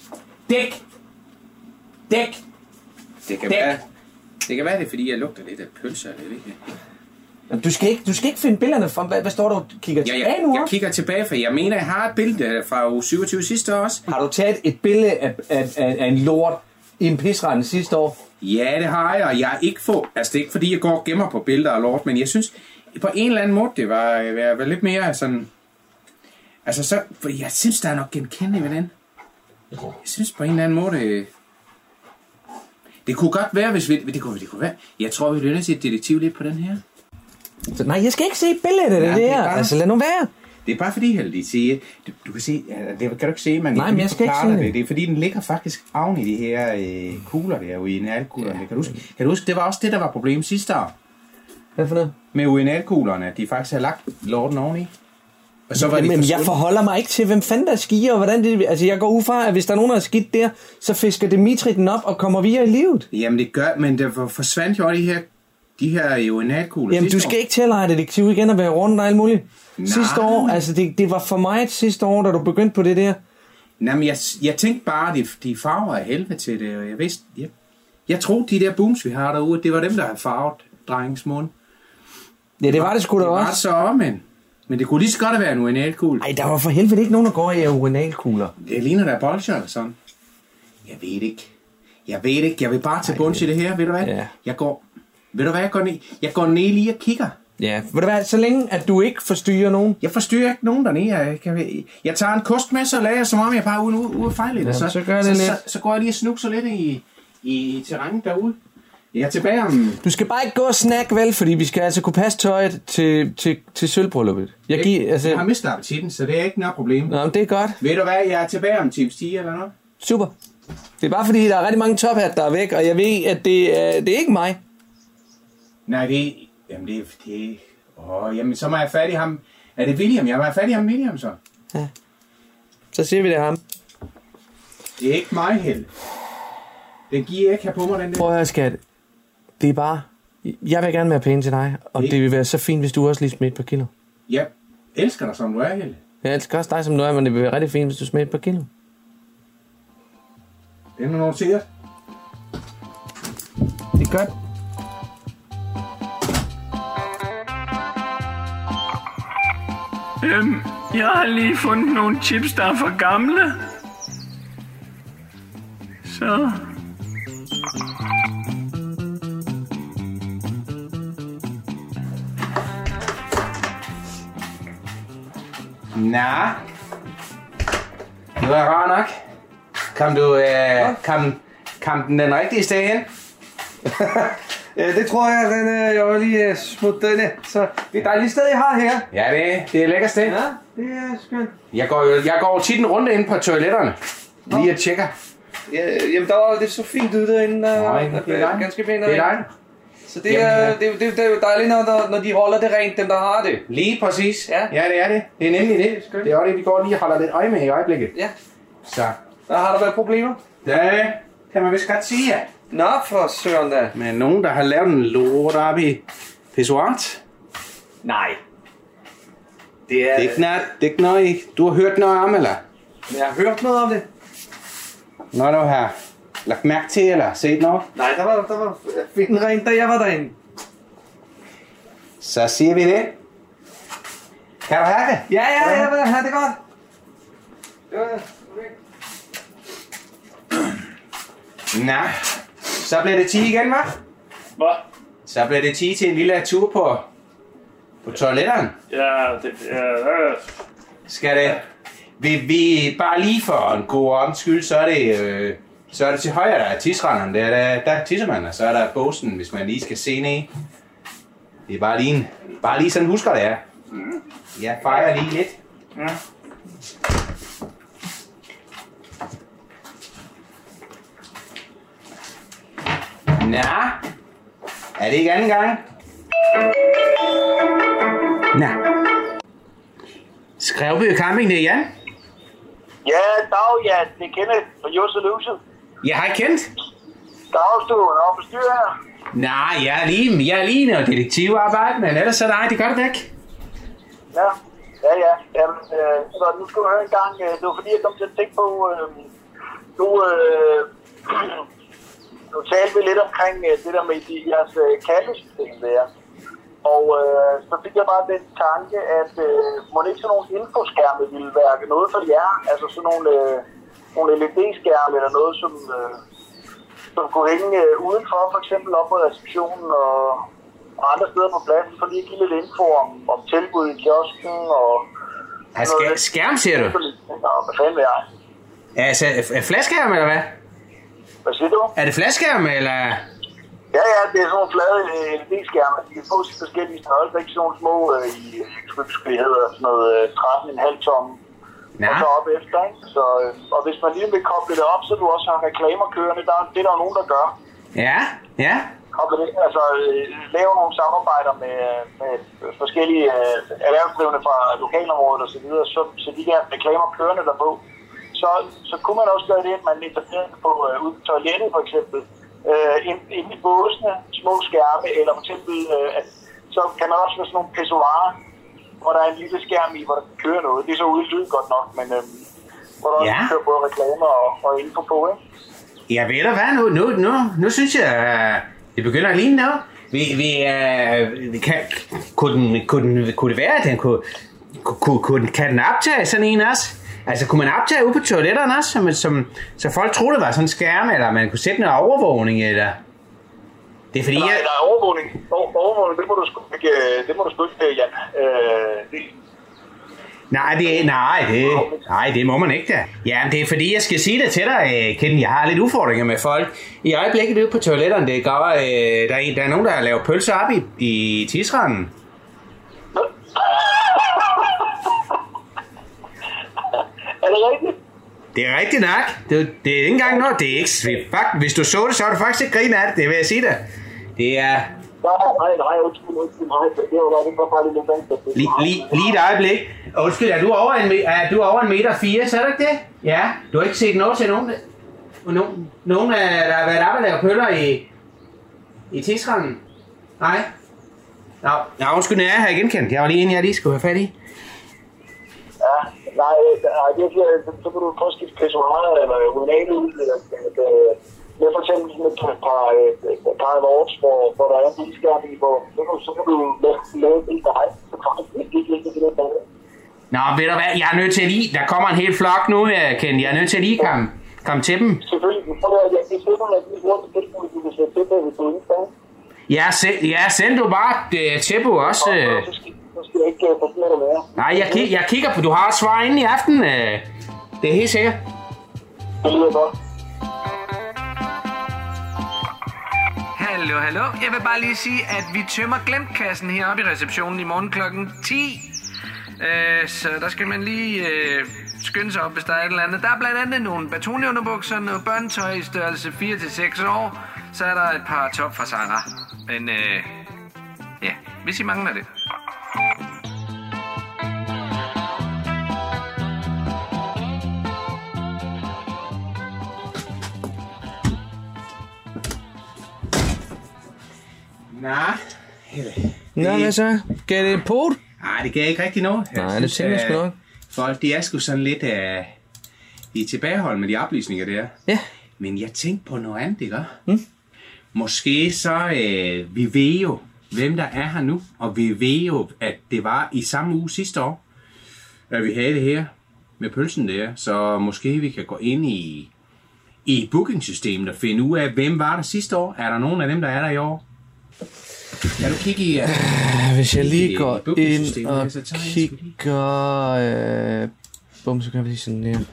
Det kan være det, fordi jeg lugter lidt af pølser, eller ikke? Du skal ikke finde billederne fra. Hvad står der? Kigger tilbage nu? Jeg kigger tilbage, for jeg mener, jeg har et billede fra uge 27 sidste år også. Har du taget et billede af en lort i en pisrende sidste år? Ja, det har jeg, og jeg er ikke altså det er ikke fordi, jeg går og gemmer på billeder af lort, men jeg synes, på en eller anden måde, det var lidt mere sådan... Altså så, fordi jeg synes, der er nok genkendeligt ved den. Jeg synes på en eller anden måde... Det kunne godt være, hvis vi... Det kunne være. Jeg tror, vi bliver nødt til et detektiv lidt på den her. Nej, jeg skal ikke se billedet af det der. Altså, lad nu være. Det er bare fordi, Helle, siger... Du kan se... Det kan du ikke se, man... Nej, men jeg skal ikke se det. Det er fordi, den ligger faktisk oven i de her kugler der, urinalkuglerne. Ja. Kan du huske, det var også det, der var problemet sidste år. Hvad for noget? Med urinalkuglerne, at de faktisk har lagt lorten oveni. Og så var men jeg forholder mig ikke til, hvem fanden der skier, og hvordan det... Altså, jeg går ud fra, at hvis der er nogen, der er skidt der, så fisker Dimitri den op og kommer videre i livet. Jamen, det gør... Men der forsvandt jo de her urinalkugler. Jamen, du skal ikke til at lege detektiv igen og være rundt og alt muligt. Nej. Sidste år, altså, det var for mig sidste år, da du begyndte på det der. Nej, men jeg tænkte bare, de farver af helvede til det, og jeg vidste... Jeg troede, de der booms, vi har derude, det var dem, der havde farvet drengens mund. Ja, det var det sgu da også. Det var så omvendt. Men det kunne lige så godt være en urinalkugle. Nej, der var for helvede ikke nogen, der går i urinalkugler. Det ligner der bolsjer eller sådan. Jeg ved ikke. Jeg vil bare til bunds i det her, ved du hvad? Ja. Jeg går ned lige og kigger. Ja, ved du hvad, så længe at du ikke forstyrrer nogen. Jeg forstyrrer ikke nogen dernede. Jeg tager en kost med, så lader jeg, som om jeg bare er ude at fejle lidt. Så går jeg lige og snukser lidt i terrænet derude. Jeg er tilbage om... Du skal bare ikke gå og snakke, vel, fordi vi skal altså kunne passe tøjet til sølvbrylluppet. Jeg har mistet appetitten, så det er ikke noget problem. Nå, det er godt. Ved du hvad, jeg er tilbage om times 10 eller noget? Super. Det er bare fordi, der er rigtig mange tophat, der er væk, og jeg ved, at det er ikke mig. Nej, det... Jamen, så må jeg fat i ham. Er det William? Jeg var fat i ham William, så. Ja. Så siger vi det ham. Det er ikke mig, Helle. Den giver jeg ikke her på mig, den der. Prøv at høre, skat. Det er bare... Jeg vil gerne være pæn til dig, og det vil være så fint, hvis du også lige smider et par kilo. Jeg elsker dig, som du er, Helle. Jeg elsker også dig, som du er, men det vil være rigtig fint, hvis du smider et par kilo. Det er noget sikkert. Det er godt. Jeg har lige fundet nogle chips, der er for gamle. Så... Nej. Det var rart nok. Kom den rigtige sted hen? Ja, det tror jeg, jeg var lige smuttet den. Så det er dejligt sted, jeg har her. Ja, det er et lækkert sted. Ja, det er skønt. Jeg går tit en runde ind på toiletterne. Lige at tjekke. Ja, jamen, det så fint ud derinde. Nej, det er ganske pænt. Det er dejligt. Så det er jo dejligt, når de holder det rent, dem der har det. Lige præcis. Ja, det er det. Det er nemlig det. Det er også det, vi går lige og holder lidt øje med i øjeblikket. Ja. Så. Der har der været problemer? Ja, kan man vist godt sige, ja. Nå, for søren da. Men nogen, der har lavet en lort op i pissoiret? Nej. Det er ikke noget, du har hørt noget om, eller? Jeg har hørt noget om det. Noget, du har lagt mærke til, eller set noget? Nej, der var fint rent, da jeg var derinde. Så siger vi det. Kan du have det? Ja, jeg vil have det godt. Nej. Så bliver det 10 igen, hva'? Hvad? Så bliver det 10 til en lille tur på toiletterne. Ja, Skal det... Vi bare lige for en god ordens skyld, så er det til højre, der er tidsrenderen. Der tisser man, og så er der båsen, hvis man lige skal se ned. Det er bare lige sådan husker det er. Jeg fejrer lige lidt. Ja. Ja. Er det ikke anden gang? Nå. Skrevby Camping, det er Jan? Ja, dag Jan. Det er Kenneth fra Your Solution. Jeg har kendt. Dag, du er oppe på styr her. Nej, jeg er lige noget detektivarbejde, men ellers så nej, det gør det væk. Ja. Jamen, så nu skal du høre en gang. Det var fordi, jeg kom til at tænke på, nu talte vi lidt omkring det der med jeres kaldesystem der. Og så fik jeg bare den tanke, at må det ikke sådan nogle infoskærme ville være noget for jer? Altså sådan nogle LED-skærme eller noget, som kunne hænge udenfor, for eksempel op på receptionen og andre steder på pladsen, for lige at give lidt info om tilbud i kiosken og... Skærm, siger du? Nå, hvad fanden vil jeg? Altså, fladskærm eller hvad? Hvad siger du? Er det fladskærm eller... Ja, det er sådan nogle flade LED-skærme. De kan få sig forskellige størrelser, ikke sådan nogle små det hedder sådan noget 13,5 ton. Ja. Og så op efter, ikke? Så, og hvis man lige vil koble det op, så du også har reklamer kørende, det er der jo nogen, der gør. Ja. Koble det, altså lave nogle samarbejder med forskellige erhvervsdrivende fra lokalområdet og så videre, så de der reklamer kørende derpå. Så kunne man også gøre det, at man etablerer på ude på toilettet for eksempel. Inde i båsene, små skærme, eller for eksempel, så kan man også have sådan nogle pissoirer, hvor der er en lille skærm i, hvor der kan køre noget. Det er så ude lyd godt nok, men hvor der også kører både reklamer og info på, ikke? Ja, ved du hvad? Nu synes jeg, det begynder at ligne noget. Kunne det være, at den kan den optage sådan en også? Altså, kunne man optage ude på toiletterne også, så folk troede, det var sådan en skærm, eller man kunne sætte noget overvågning, eller... Det er fordi, der er overvågning. Overvågning, det må du sgu ikke, Jan. Nej, det må man ikke da. Ja, det er fordi, jeg skal sige det til dig, Ken. Jeg har lidt udfordringer med folk. I øjeblikket ude på toiletterne, det går, der er nogen, der laver pølser op i tidsranden. Er det rigtigt? Det er rigtigt nok. Det er ikke engang noget. Det er ikke... Hvis du så det, så er du faktisk ikke grine af det. Det vil jeg sige dig. Det er... Nej, undskyld mig. Det var bare lidt lige et øjeblik. Undskyld, er du over 1,4 meter, så er det ikke det? Ja. Du har ikke set noget til nogen, der har været op og lavet pøller i tidsranden? Nej? Nå, undskyld, jeg er her igen, Kent. Jeg var lige inde, jeg lige skulle have fat i. Ja, nej, det er så kan du prøve at skifte pissoirer eller urinale ud, med for eksempel et par af vores, hvor der er en lille skærm i, så kan du lave det dig, så kommer det ikke. Nå, ved du hvad, jeg er nødt til lige, der kommer en hel flok nu, Ken, jeg er nødt til lige komme til dem. Selvfølgelig, det er du kan sætte det på, hvis du ønsker. Ja, send du bare Teppo også. Så skal jeg ikke forstå det mere. Nej, jeg kigger på, du har et svar inde i aften. Det er helt sikkert. Det lyder godt. Hallo. Jeg vil bare lige sige, at vi tømmer glemtkassen heroppe i receptionen i morgen klokken 10. Så der skal man lige skynde sig op, hvis der er et eller andet. Der er blandt andet nogle batonunderbukser, noget børnetøj i størrelse 4-6 år. Så er der et par top fra Zara. Men ja, hvis I mangler det. Nå, hvad så? Gav det en pot? Nej, det gav ikke rigtig noget. Nej, det tænker jeg sgu nok. Folk, de er sgu sådan lidt i tilbagehold med de oplysninger der. Ja. Men jeg tænkte på noget andet, ikke? Måske så, vi ved jo, hvem der er her nu, og vi ved jo, at det var i samme uge sidste år, at vi havde det her med pølsen der, så måske vi kan gå ind i bookingsystemet og finde ud af, hvem var der sidste år. Er der nogen af dem, der er der i år? Kan du kigge i... hvis jeg lige går ind og kigger... bum, så kan vi lige sådan her.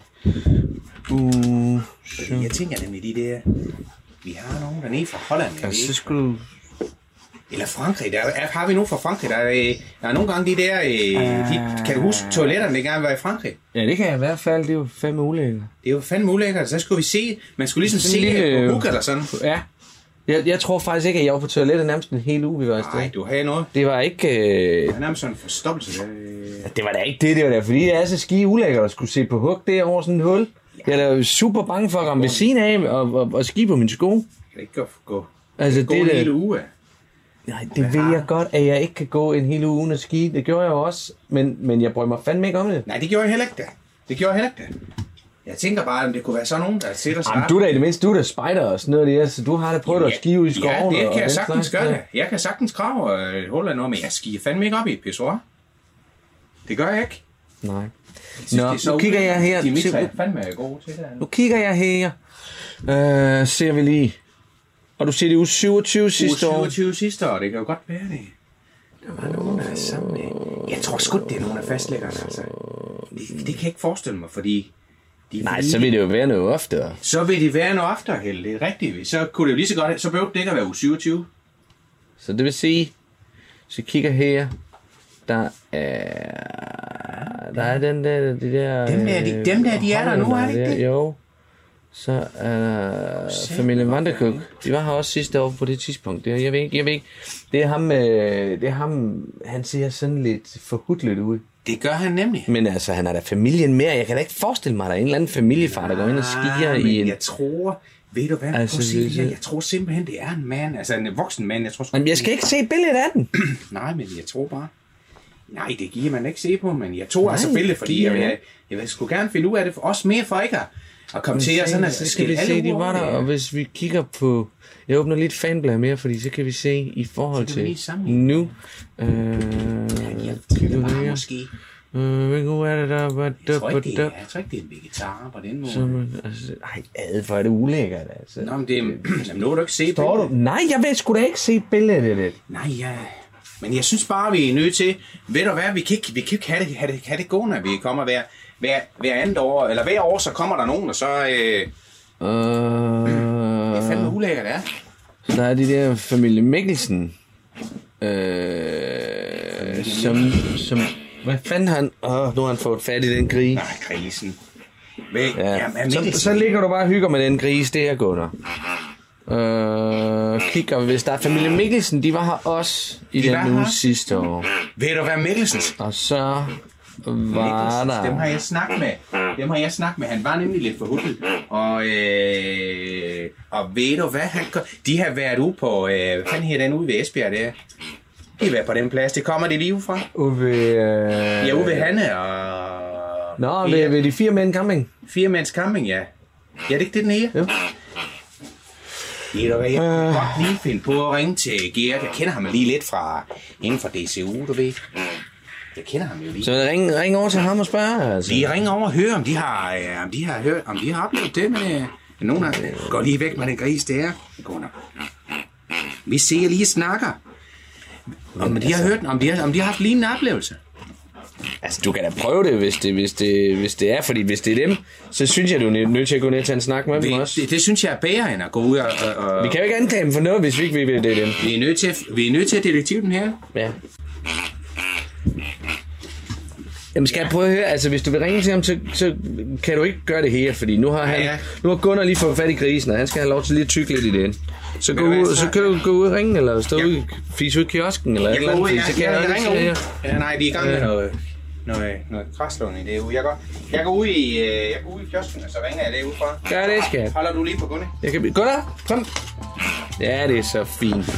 Jeg tænker nemlig de der... Vi har nogen dernede fra Holland. Ja, så skulle du... Eller Frankrig. Har vi nogen fra Frankrig? Der er nogle gange de der... kan du huske toiletterne, det gerne var i Frankrig? Ja, det kan jeg i hvert fald. Det er jo fandme ulækkert. Det er jo fandme ulækkert. Så skulle vi se... Man skulle ligesom se på Hook eller sådan. Ja. Jeg tror faktisk ikke, at jeg var på toilettet nærmest en hel uge, vi var afsted. Nej, du havde noget. Det var ikke... Det var nærmest sådan en forstoppelse. Det var da ikke det. Det var da, fordi det er så skide ulækkert at skulle se på hug der over sådan et hul. Jeg er da super bange for at ramme ved siden af og ski på mine sko. Jeg kan ikke gå altså, det en hel uge. Nej, det ved jeg godt, at jeg ikke kan gå en hel uge uden at ski. Det gjorde jeg jo også, men jeg brød mig fandme ikke om det. Nej, det gjorde jeg heller ikke det. Jeg tænker bare, om det kunne være sådan nogen, der sætter sig. Jamen, du er da i det mindste, du er da spejder og sådan noget der, så du har da prøvet at skive i skoven. Ja, det kan jeg sagtens gøre. Jeg kan sagtens grave et hul af noget, men jeg skier fandme ikke op i et pissoir. Det gør jeg ikke. Nej. Nu kigger jeg her. Dimitri er fandme gode til det. Nu kigger jeg her. Ser vi lige. Og du siger, det er uge 27 sidste år. Uge 27 sidste år, det kan jo godt være det. Der var nogen, der er sammen med. Jeg tror sgu, det er nogen af fastlæggerne, altså. Det kan jeg ikke forestille mig, fordi... Nej, så vil det jo være noget oftere. Så vil det være noget oftere, Helle. Det er rigtigt. Så kunne det jo lige så godt... Så behøver det ikke at være uge 27. Så det vil sige... Så kigger her... Der er den der... Dem der, de er der nu, er det ikke det? Jo. Så familien Vanderkøk, de var her også sidste år på det tidspunkt. Jeg ved ikke. Det er ham, han ser sådan lidt forhudlet ud. Det gør han nemlig. Men altså, han er da familien mere. Jeg kan da ikke forestille mig, at der er en eller anden familiefar, der går ind og skier i en... jeg tror... Ved du hvad? Altså, jeg tror simpelthen, det er en mand. Altså en voksen mand. Men jeg skal ikke se billedet af den. Nej, men jeg tror bare... Nej, det giver man ikke se på, men jeg tog altså billedet, fordi jeg vil sgu gerne finde ud af det. Også mere for ikke at komme til sådan at... Så skal vi se, de var der, og hvis vi kigger på... Jeg åbner lidt fanblad mere, fordi så kan vi se i forhold til nu. Jeg måske... Hvilken er det der? Jeg tror ikke, det er en vegetar på den måde. Hvor er det ulækkert, altså. Nå, men det nu du ikke se billedet. Nej, jeg vil sgu da ikke se billedet af det. Nej, ja... Men jeg synes bare, vi er nødt til... Ved du hvad, vi kan ikke have det gående, at vi kommer hver andet år, eller hver år, så kommer der nogen, og så... Det er fandme ulækkert, det er. Så der er de der familie Mikkelsen, som... Hvad fanden han... nu har han fået fat i den gris. Nej, grisen. Så ligger du bare og hygger med den gris, det er Gunnar. Kigger, hvis der er familie Mikkelsen, de var her også i den uge sidste år. Ved du hvad, Mikkelsen? Og så var der... Dem har jeg snakket med. Han var nemlig lidt forhudlet. Og ved du hvad, de har været ude på... hvad fanden her den ude ved Esbjerg, der? De har været på den plads. Det kommer de lige ud fra. Ude ved Hanne og... Nå, ved de 4-mænd camping. 4-mænds camping, ja. Ja, det ikke det, den her? Jo. Jeg kan godt lige finde på at ringe til Gert. Jeg kender ham lige lidt inden for DCU, du ved. Jeg kender ham jo lige. Så ring over til ham og spørge, altså. Lige ringe over og høre, om de har oplevet det med nogen, der går lige væk med den gris der. Vi ser lige snakker. Om de har hørt, om de har haft lignende oplevelse. Altså, du kan da prøve det, hvis det er, fordi hvis det er dem, så synes jeg, du er nødt til at gå ned og tage en snak med dem også. Det synes jeg er bedre, end at gå ud og... Vi kan jo ikke anklage dem for noget, hvis vi ikke vil det dem. Vi er nødt til at detektive den her. Ja. Jamen, skal jeg prøve at høre, altså hvis du vil ringe til ham, så kan du ikke gøre det her, fordi nu har Gunnar lige fået fat i grisen, og han skal have lov til lige at tykke lidt i den. Så kan du gå ud og ringe, eller stå ud, fise ud i kiosken, eller et eller andet. Jeg ringer ud. Ja, nej, vi er i gang med noget kraslåning derude. Jeg går ud i kiosken, og så ringer jeg derudfra. Ja, det skal jeg. Holder du lige på Gunnar? Gunnar, kom. Ja, det er så fint.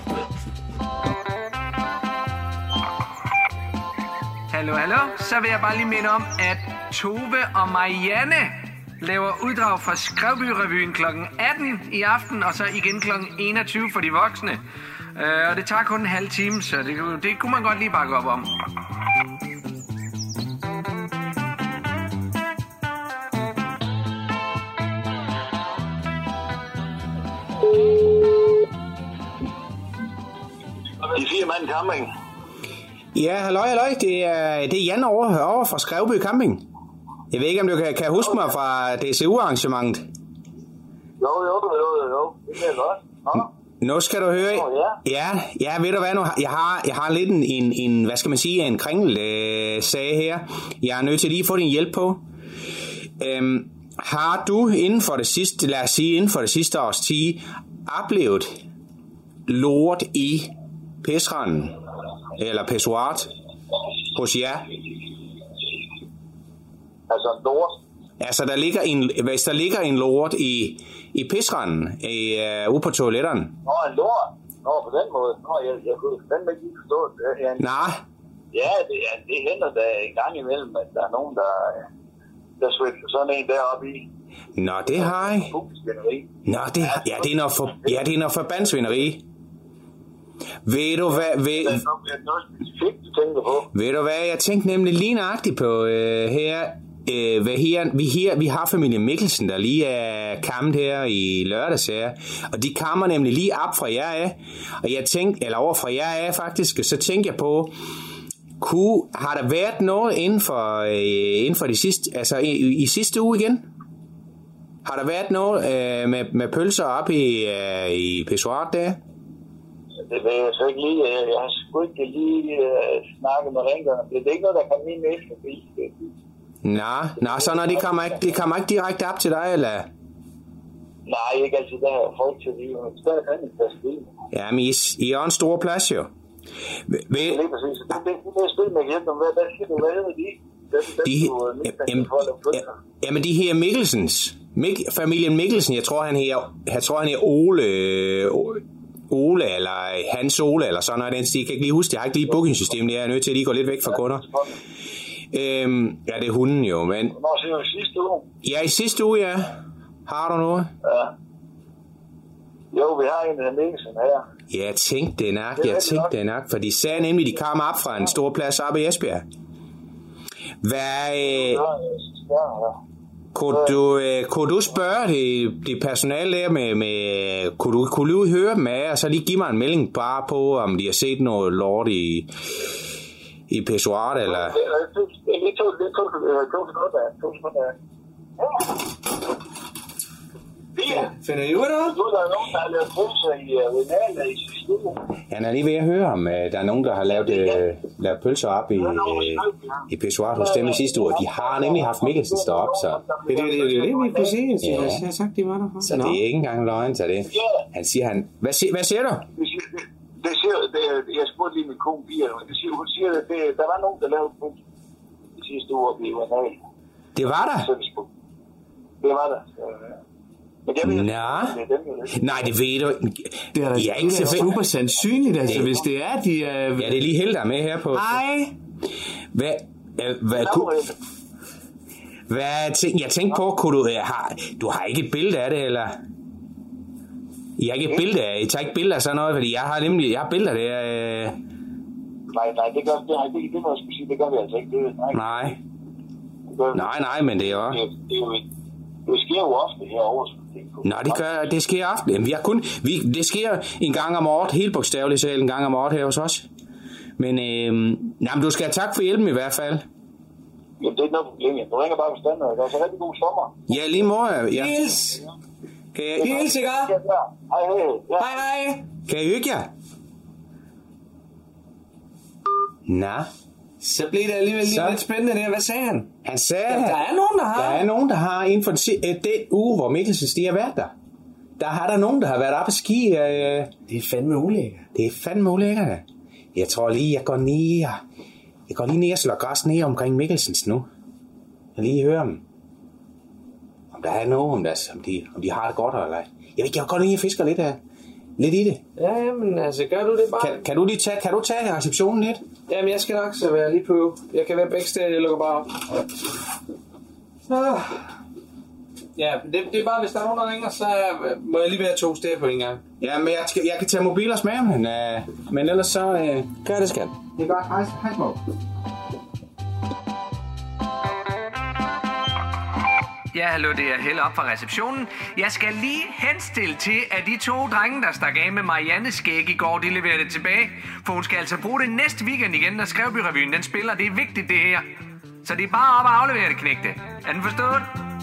Hallo. Så vil jeg bare lige minde om, at Tove og Marianne laver uddrag fra Skrevby-revyen kl. 18 i aften, og så igen kl. 21 for de voksne. Og det tager kun en halv time, så det kunne man godt lige bakke op om. De 4-mand camping. Ja, halløj. Det er Jan over fra Skrevby Camping. Jeg ved ikke, om du kan huske mig fra DCU-arrangementet. Jo. Det er godt. Nu skal du høre. Ja, ved du hvad nu? Jeg har lidt en hvad skal man sige, en kringel-sag her. Jeg er nødt til lige at få din hjælp på. Har du inden for det sidste års tid oplevet lort i pisranden? Eller pissoiret hos jer? Altså lort? Altså, hvis der ligger en lort i pisranden, ude på toiletterne. Nå, en lort? Nå, på den måde. Nå, jeg kunne fandme ikke lige forstå det. Nej. Ja, det hænder da en gang imellem, at der er nogen, der svælger sådan en deroppe i. Nå, det har jeg. Nå, det er noget forbandsvineri. Ved du hvad, jeg tænkte nemlig lige nøjagtigt på vi har familien Mikkelsen, der lige er kammet her i lørdags her, og de kammer nemlig lige op fra jer af, og jeg tænkte, eller over fra jer af faktisk, så tænkte jeg på, har der været noget inden for de sidste, altså i sidste uge igen? Har der været noget med pølser op i pissoiret der? Det vil jeg så ikke lige. Jeg har sgu ikke lige snakket med rengøringerne. Det er ikke noget, der kommer ind med forbi. Nå, så når de kommer ikke direkte op til dig, eller? Nej, ikke altid. Der er folk til lige. Der er fandme plads til. Ja, men I er en stor plads, jo. Det er præcis. Det er spil med hjælp om, hvad siger du, hvad hedder de? Jamen, de her Mikkelsens. Familien Mikkelsen, jeg tror, han hedder Ole, eller Hans Ole, eller sådan noget. Jeg kan ikke lige huske, jeg har ikke lige bookingsystemet. Jeg er nødt til at lige gå lidt væk fra kunder. Ja, det er hunden jo, men... Hvornår siger du i sidste uge? Ja, i sidste uge, ja. Har du noget? Ja. Jo, vi har en af Mikkelsen her. Ja, jeg tænkte det nok, for de sagde nemlig, de kom op fra en stor plads op i Esbjerg. Kunne du spørge det personale der med kunne du høre dem af, og så lige give mig en melding bare på, om de har set noget lort i pissoiret, eller? Finder I ud af noget? Der er nogen, der har lavet pølser i Renale i sidste uge. Han er lige ved at høre, om der er nogen, der har lavet pølser op i pissoiret hos dem i sidste uge. De har nemlig haft Mikkelsen deroppe, så... Det er det, vi kunne se. Jeg har sagt, de var der. Så det er ikke engang løgn til det. Han siger, hvad siger du? Jeg spurgte lige min kone Pia, hun siger, at der var nogen, der lavede pølser i sidste uge op i Renale. Det var der? Det var der. Nej, det ved du. Det er da ikke super sandsynligt, altså, hvis det er, de er... Ja, det er lige helt der med her på. Hej! Jeg tænkte på, du har ikke et billede af det, eller? Jeg har ikke et billede af, I tager ikke billeder af sådan noget, fordi jeg har billeder der. Nej, det må jeg skulle sige, det gør vi altså ikke. Nej, men det er jo... Det sker jo ofte herovre. Nej, det sker ofte. Jamen, det sker en gang om året, helt bogstaveligt selv en gang om året her hos os. Men du skal have tak for hjælpen i hvert fald. Jamen, det er ikke noget problem. Du ringer bare på standard. Der er så rigtig god sommer. Ja, lige måde. Ja. Hils, ikke? Hej. Kan I hygge jer? Nå. Så blev det alligevel lidt spændende der. Hvad sagde han? Han sagde, der er nogen, der har. Der er nogen, der har inden for den uge, hvor Mikkelsens de har været der. Der har der nogen, der har været oppe at ski. Det er fandme ulækkert. Det er fandme ulækkert. Jeg tror lige, jeg går lige ned og slår græs ned omkring Mikkelsens nu. Jeg lige hører dem. Om der er nogen, om de har det godt eller ej. Jeg går lige og fisker lidt i det. Ja, men altså, gør du det bare? Kan du tage receptionen lidt? Jamen, jeg skal nok så være lige på. Jeg kan være begge steder, jeg lukker bare op. Ja, det er bare, hvis der er nogen, der ringer, så må jeg lige være 2 steder på en gang. Ja, men jeg kan tage mobilers med, men ellers så... Gør det, skat. Det er godt. Hej små. Ja, hallo, det er Helle op fra receptionen. Jeg skal lige henstille til, at de 2 drenge, der stak af med Marianne skæg i går, de leverer det tilbage. For hun skal altså bruge det næste weekend igen, når Skrevby-revyen den spiller. Det er vigtigt, det her. Så det er bare op og aflevere det, knægte. Er den forstået?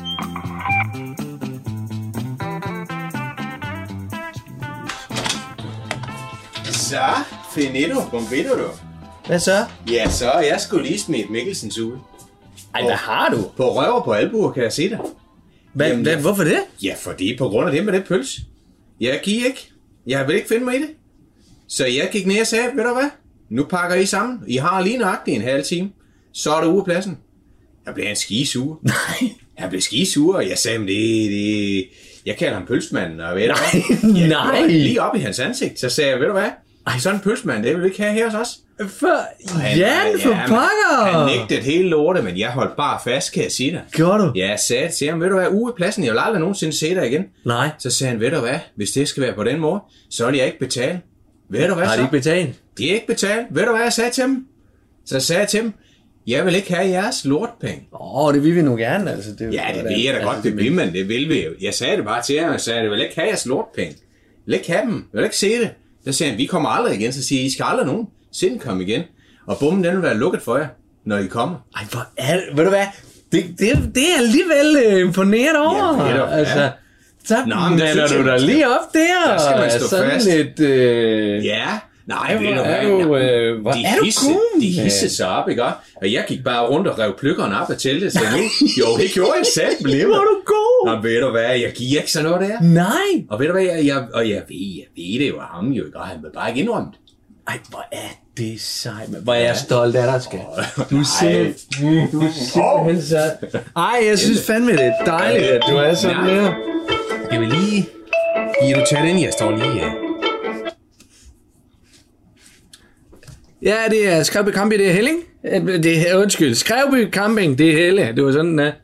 Så, finito, bombedo du. Hvad så? Ja, så er jeg sgu lige smidt Mikkelsens ud. Ej, hvad har du? På røv og på albuer, kan jeg se dig. Hvorfor det? Ja, fordi på grund af det med det pøls. Jeg gik ikke. Jeg vil ikke finde mig i det. Så jeg gik ned og sagde, ved du hvad? Nu pakker I sammen. I har lige nøjagtigt en halv time. Så er det ude af pladsen. Jeg blev en skisure. Nej. Jeg blev skisure, og jeg sagde, det... Jeg kalder ham pølsemanden, og ved du hvad? Nej. Lige op i hans ansigt, så sagde jeg, ved du hvad? Sådan en pølsemand, det vil vi ikke have her hos os. Jan, for pakker! Han nægtede hele lortet, men jeg holdt bare fast, kan jeg sige dig. Gjorde du? Ja, jeg sagde til ham, ved du hvad, ude i pladsen, jeg vil aldrig nogensinde se dig igen. Nej. Så sagde han, ved du hvad, hvis det skal være på den måde, så vil jeg ikke betale. Ved du hvad så? Har de ikke betalt? De er ikke betalt. Ved du hvad jeg sagde til dem? Så sagde jeg til dem, jeg vil ikke have jeres lortpenge. Det vil vi nu gerne, altså. Det ja, det vil jeg da godt, det vil man, det vil vi jo. Jeg sagde det bare til ham, jeg sagde, jeg vil ikke have jeres lortpenge. Jeg vil ikke have dem, jeg vil ikke se det. Så sagde han, vi kommer aldrig igen, så siger I skal aldrig nogen. Sind komme igen. Og bommen, den vil være lukket for jer, når I kommer. Ej, hvor er det, ved du hvad? Det er alligevel imponeret over. Ja, det er altså, så mander du dig lige op der. Der skal man stå sådan fast. Lidt... Ja. Nej, hvor er du cool, de hissede sig op, ikke? Og jeg gik bare rundt og rev pløkkerne op af teltet, så nu, jo, det gjorde en sat med. Hvor er du god. Nå, ved du hvad, jeg giver ikke sådan noget der. Nej. Og ved du hvad, jeg ved det jo ham jo, ikke? Og han vil bare ikke indrømme det. Ej, hvor er det sejt, man. Hvor er jeg stolt af dig, skat. Du er simpelthen så... Ej, jeg synes fandme, det er dejligt, at du er sådan der. Jeg vil lige... Du tage den, jeg står lige... Ja, det er Skrevby Camping, det er Helling. Undskyld, Skrevby Camping, det er Helle. Det var sådan, Ja,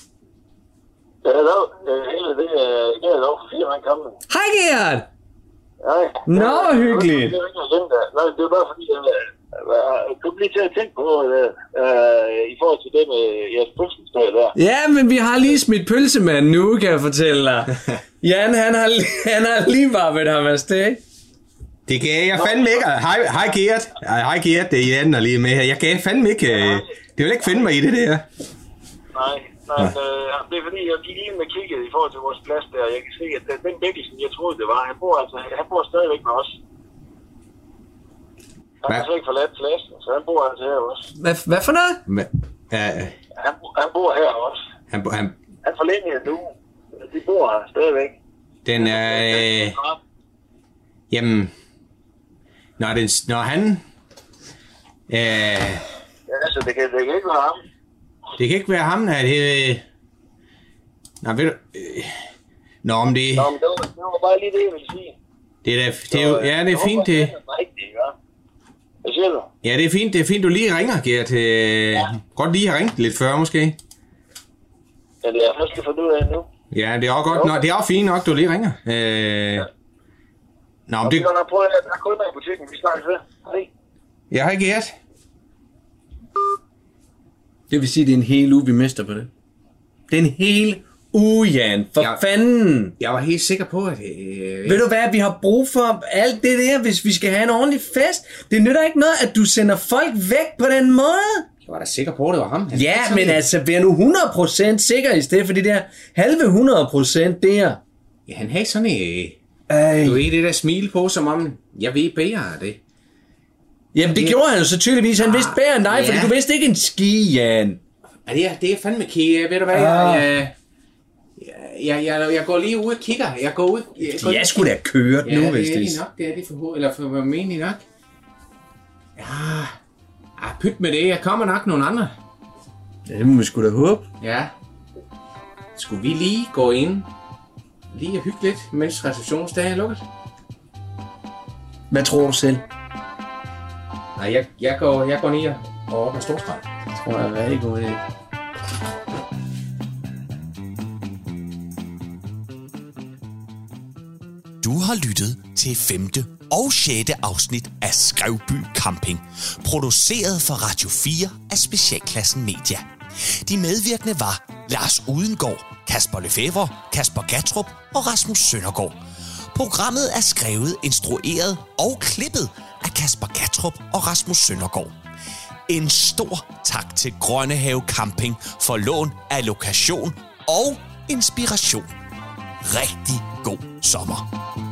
Helle, det er lov for 4 mand camping. Hej, Gerhard! Nej. Nå, hvor hyggeligt. Nej, det er bare fordi, jeg kunne lige til at tænke på, i forhold til det med jeres pølsensdag der. Ja, men vi har lige smidt pølsemanden nu, kan jeg fortælle dig. Jan, han har lige bare ved ham afsted. Det gav jeg fandme ikke. Hej Gert. Hej Gert, det er Jan, der lige med her. Jeg gav fandme ikke... Det vil ikke finde mig i det der. Nej, det er fordi, jeg gik lige med kigget i forhold til vores plads der. Jeg kan se, at den Bækkesen, jeg troede det var, han bor stadigvæk med os. Han har slet ikke forladt pladsen, så han bor altså her også. Hvad for noget? Han bor her også. Han forlængede nu. De bor her stadigvæk. Den er... Jamen... Når han... Ja, altså, det kan ikke være ham. Det kan ikke være ham, nej. Nej, ved du... Nå, men det... Nå, men det var bare lige det, jeg ville sige. Det er jo... Ja, det er fint, det... Hvad siger du? Ja, det er fint, du lige ringer, Gert. Godt lige have ringet lidt før, måske. Ja, det er jeg først fundet ud af nu. Ja, det er også godt. Nå, det er også fint nok, du lige ringer. Nå, men det... Jeg har prøvet at gå med i butikken. Vi snakkes ved. Hej. Ja, hej Gert. Det vil sige, det er en hel uge, vi mister på det. Det er en hel uge, Jan. For fanden. Jeg var helt sikker på, at... Ved du hvad, vi har brug for alt det der, hvis vi skal have en ordentlig fest. Det nytter ikke noget, at du sender folk væk på den måde. Jeg var da sikker på, at det var ham. Ja, men altså, vær nu 100% sikker i stedet for det der halve 100% der. Ja, han havde sådan du ved det der smil på, som om jeg ved bedre af det. Jamen, det gjorde han jo så tydeligvis. Han vidste bedre end dig, fordi du vidste ikke en ski, Jan. Det er fandme kære, ved du hvad? Jeg går lige ud og kigger. Jeg skulle da kørt nu, hvis det er. Det er det for eller for mening nok. Ja, pyt med det. Jeg kommer nok nogle andre. Ja, det må vi sgu da håbe. Ja. Skulle vi lige gå ind lige og hygge lidt, mens receptionsdagen er lukket? Hvad tror du selv? Nej, jeg går ned og ordner storstrand. Det tror jeg er rigtig god idé. Du har lyttet til 5. og 6. afsnit af Skrevby Camping, produceret for Radio 4 af Specialklassen Media. De medvirkende var Lars Udengård, Kasper Lefebvre, Kasper Gattrup og Rasmus Søndergaard. Programmet er skrevet, instrueret og klippet af Kasper Gattrup og Rasmus Søndergaard. En stor tak til Grønnehave Camping for lån af lokation og inspiration. Rigtig god sommer.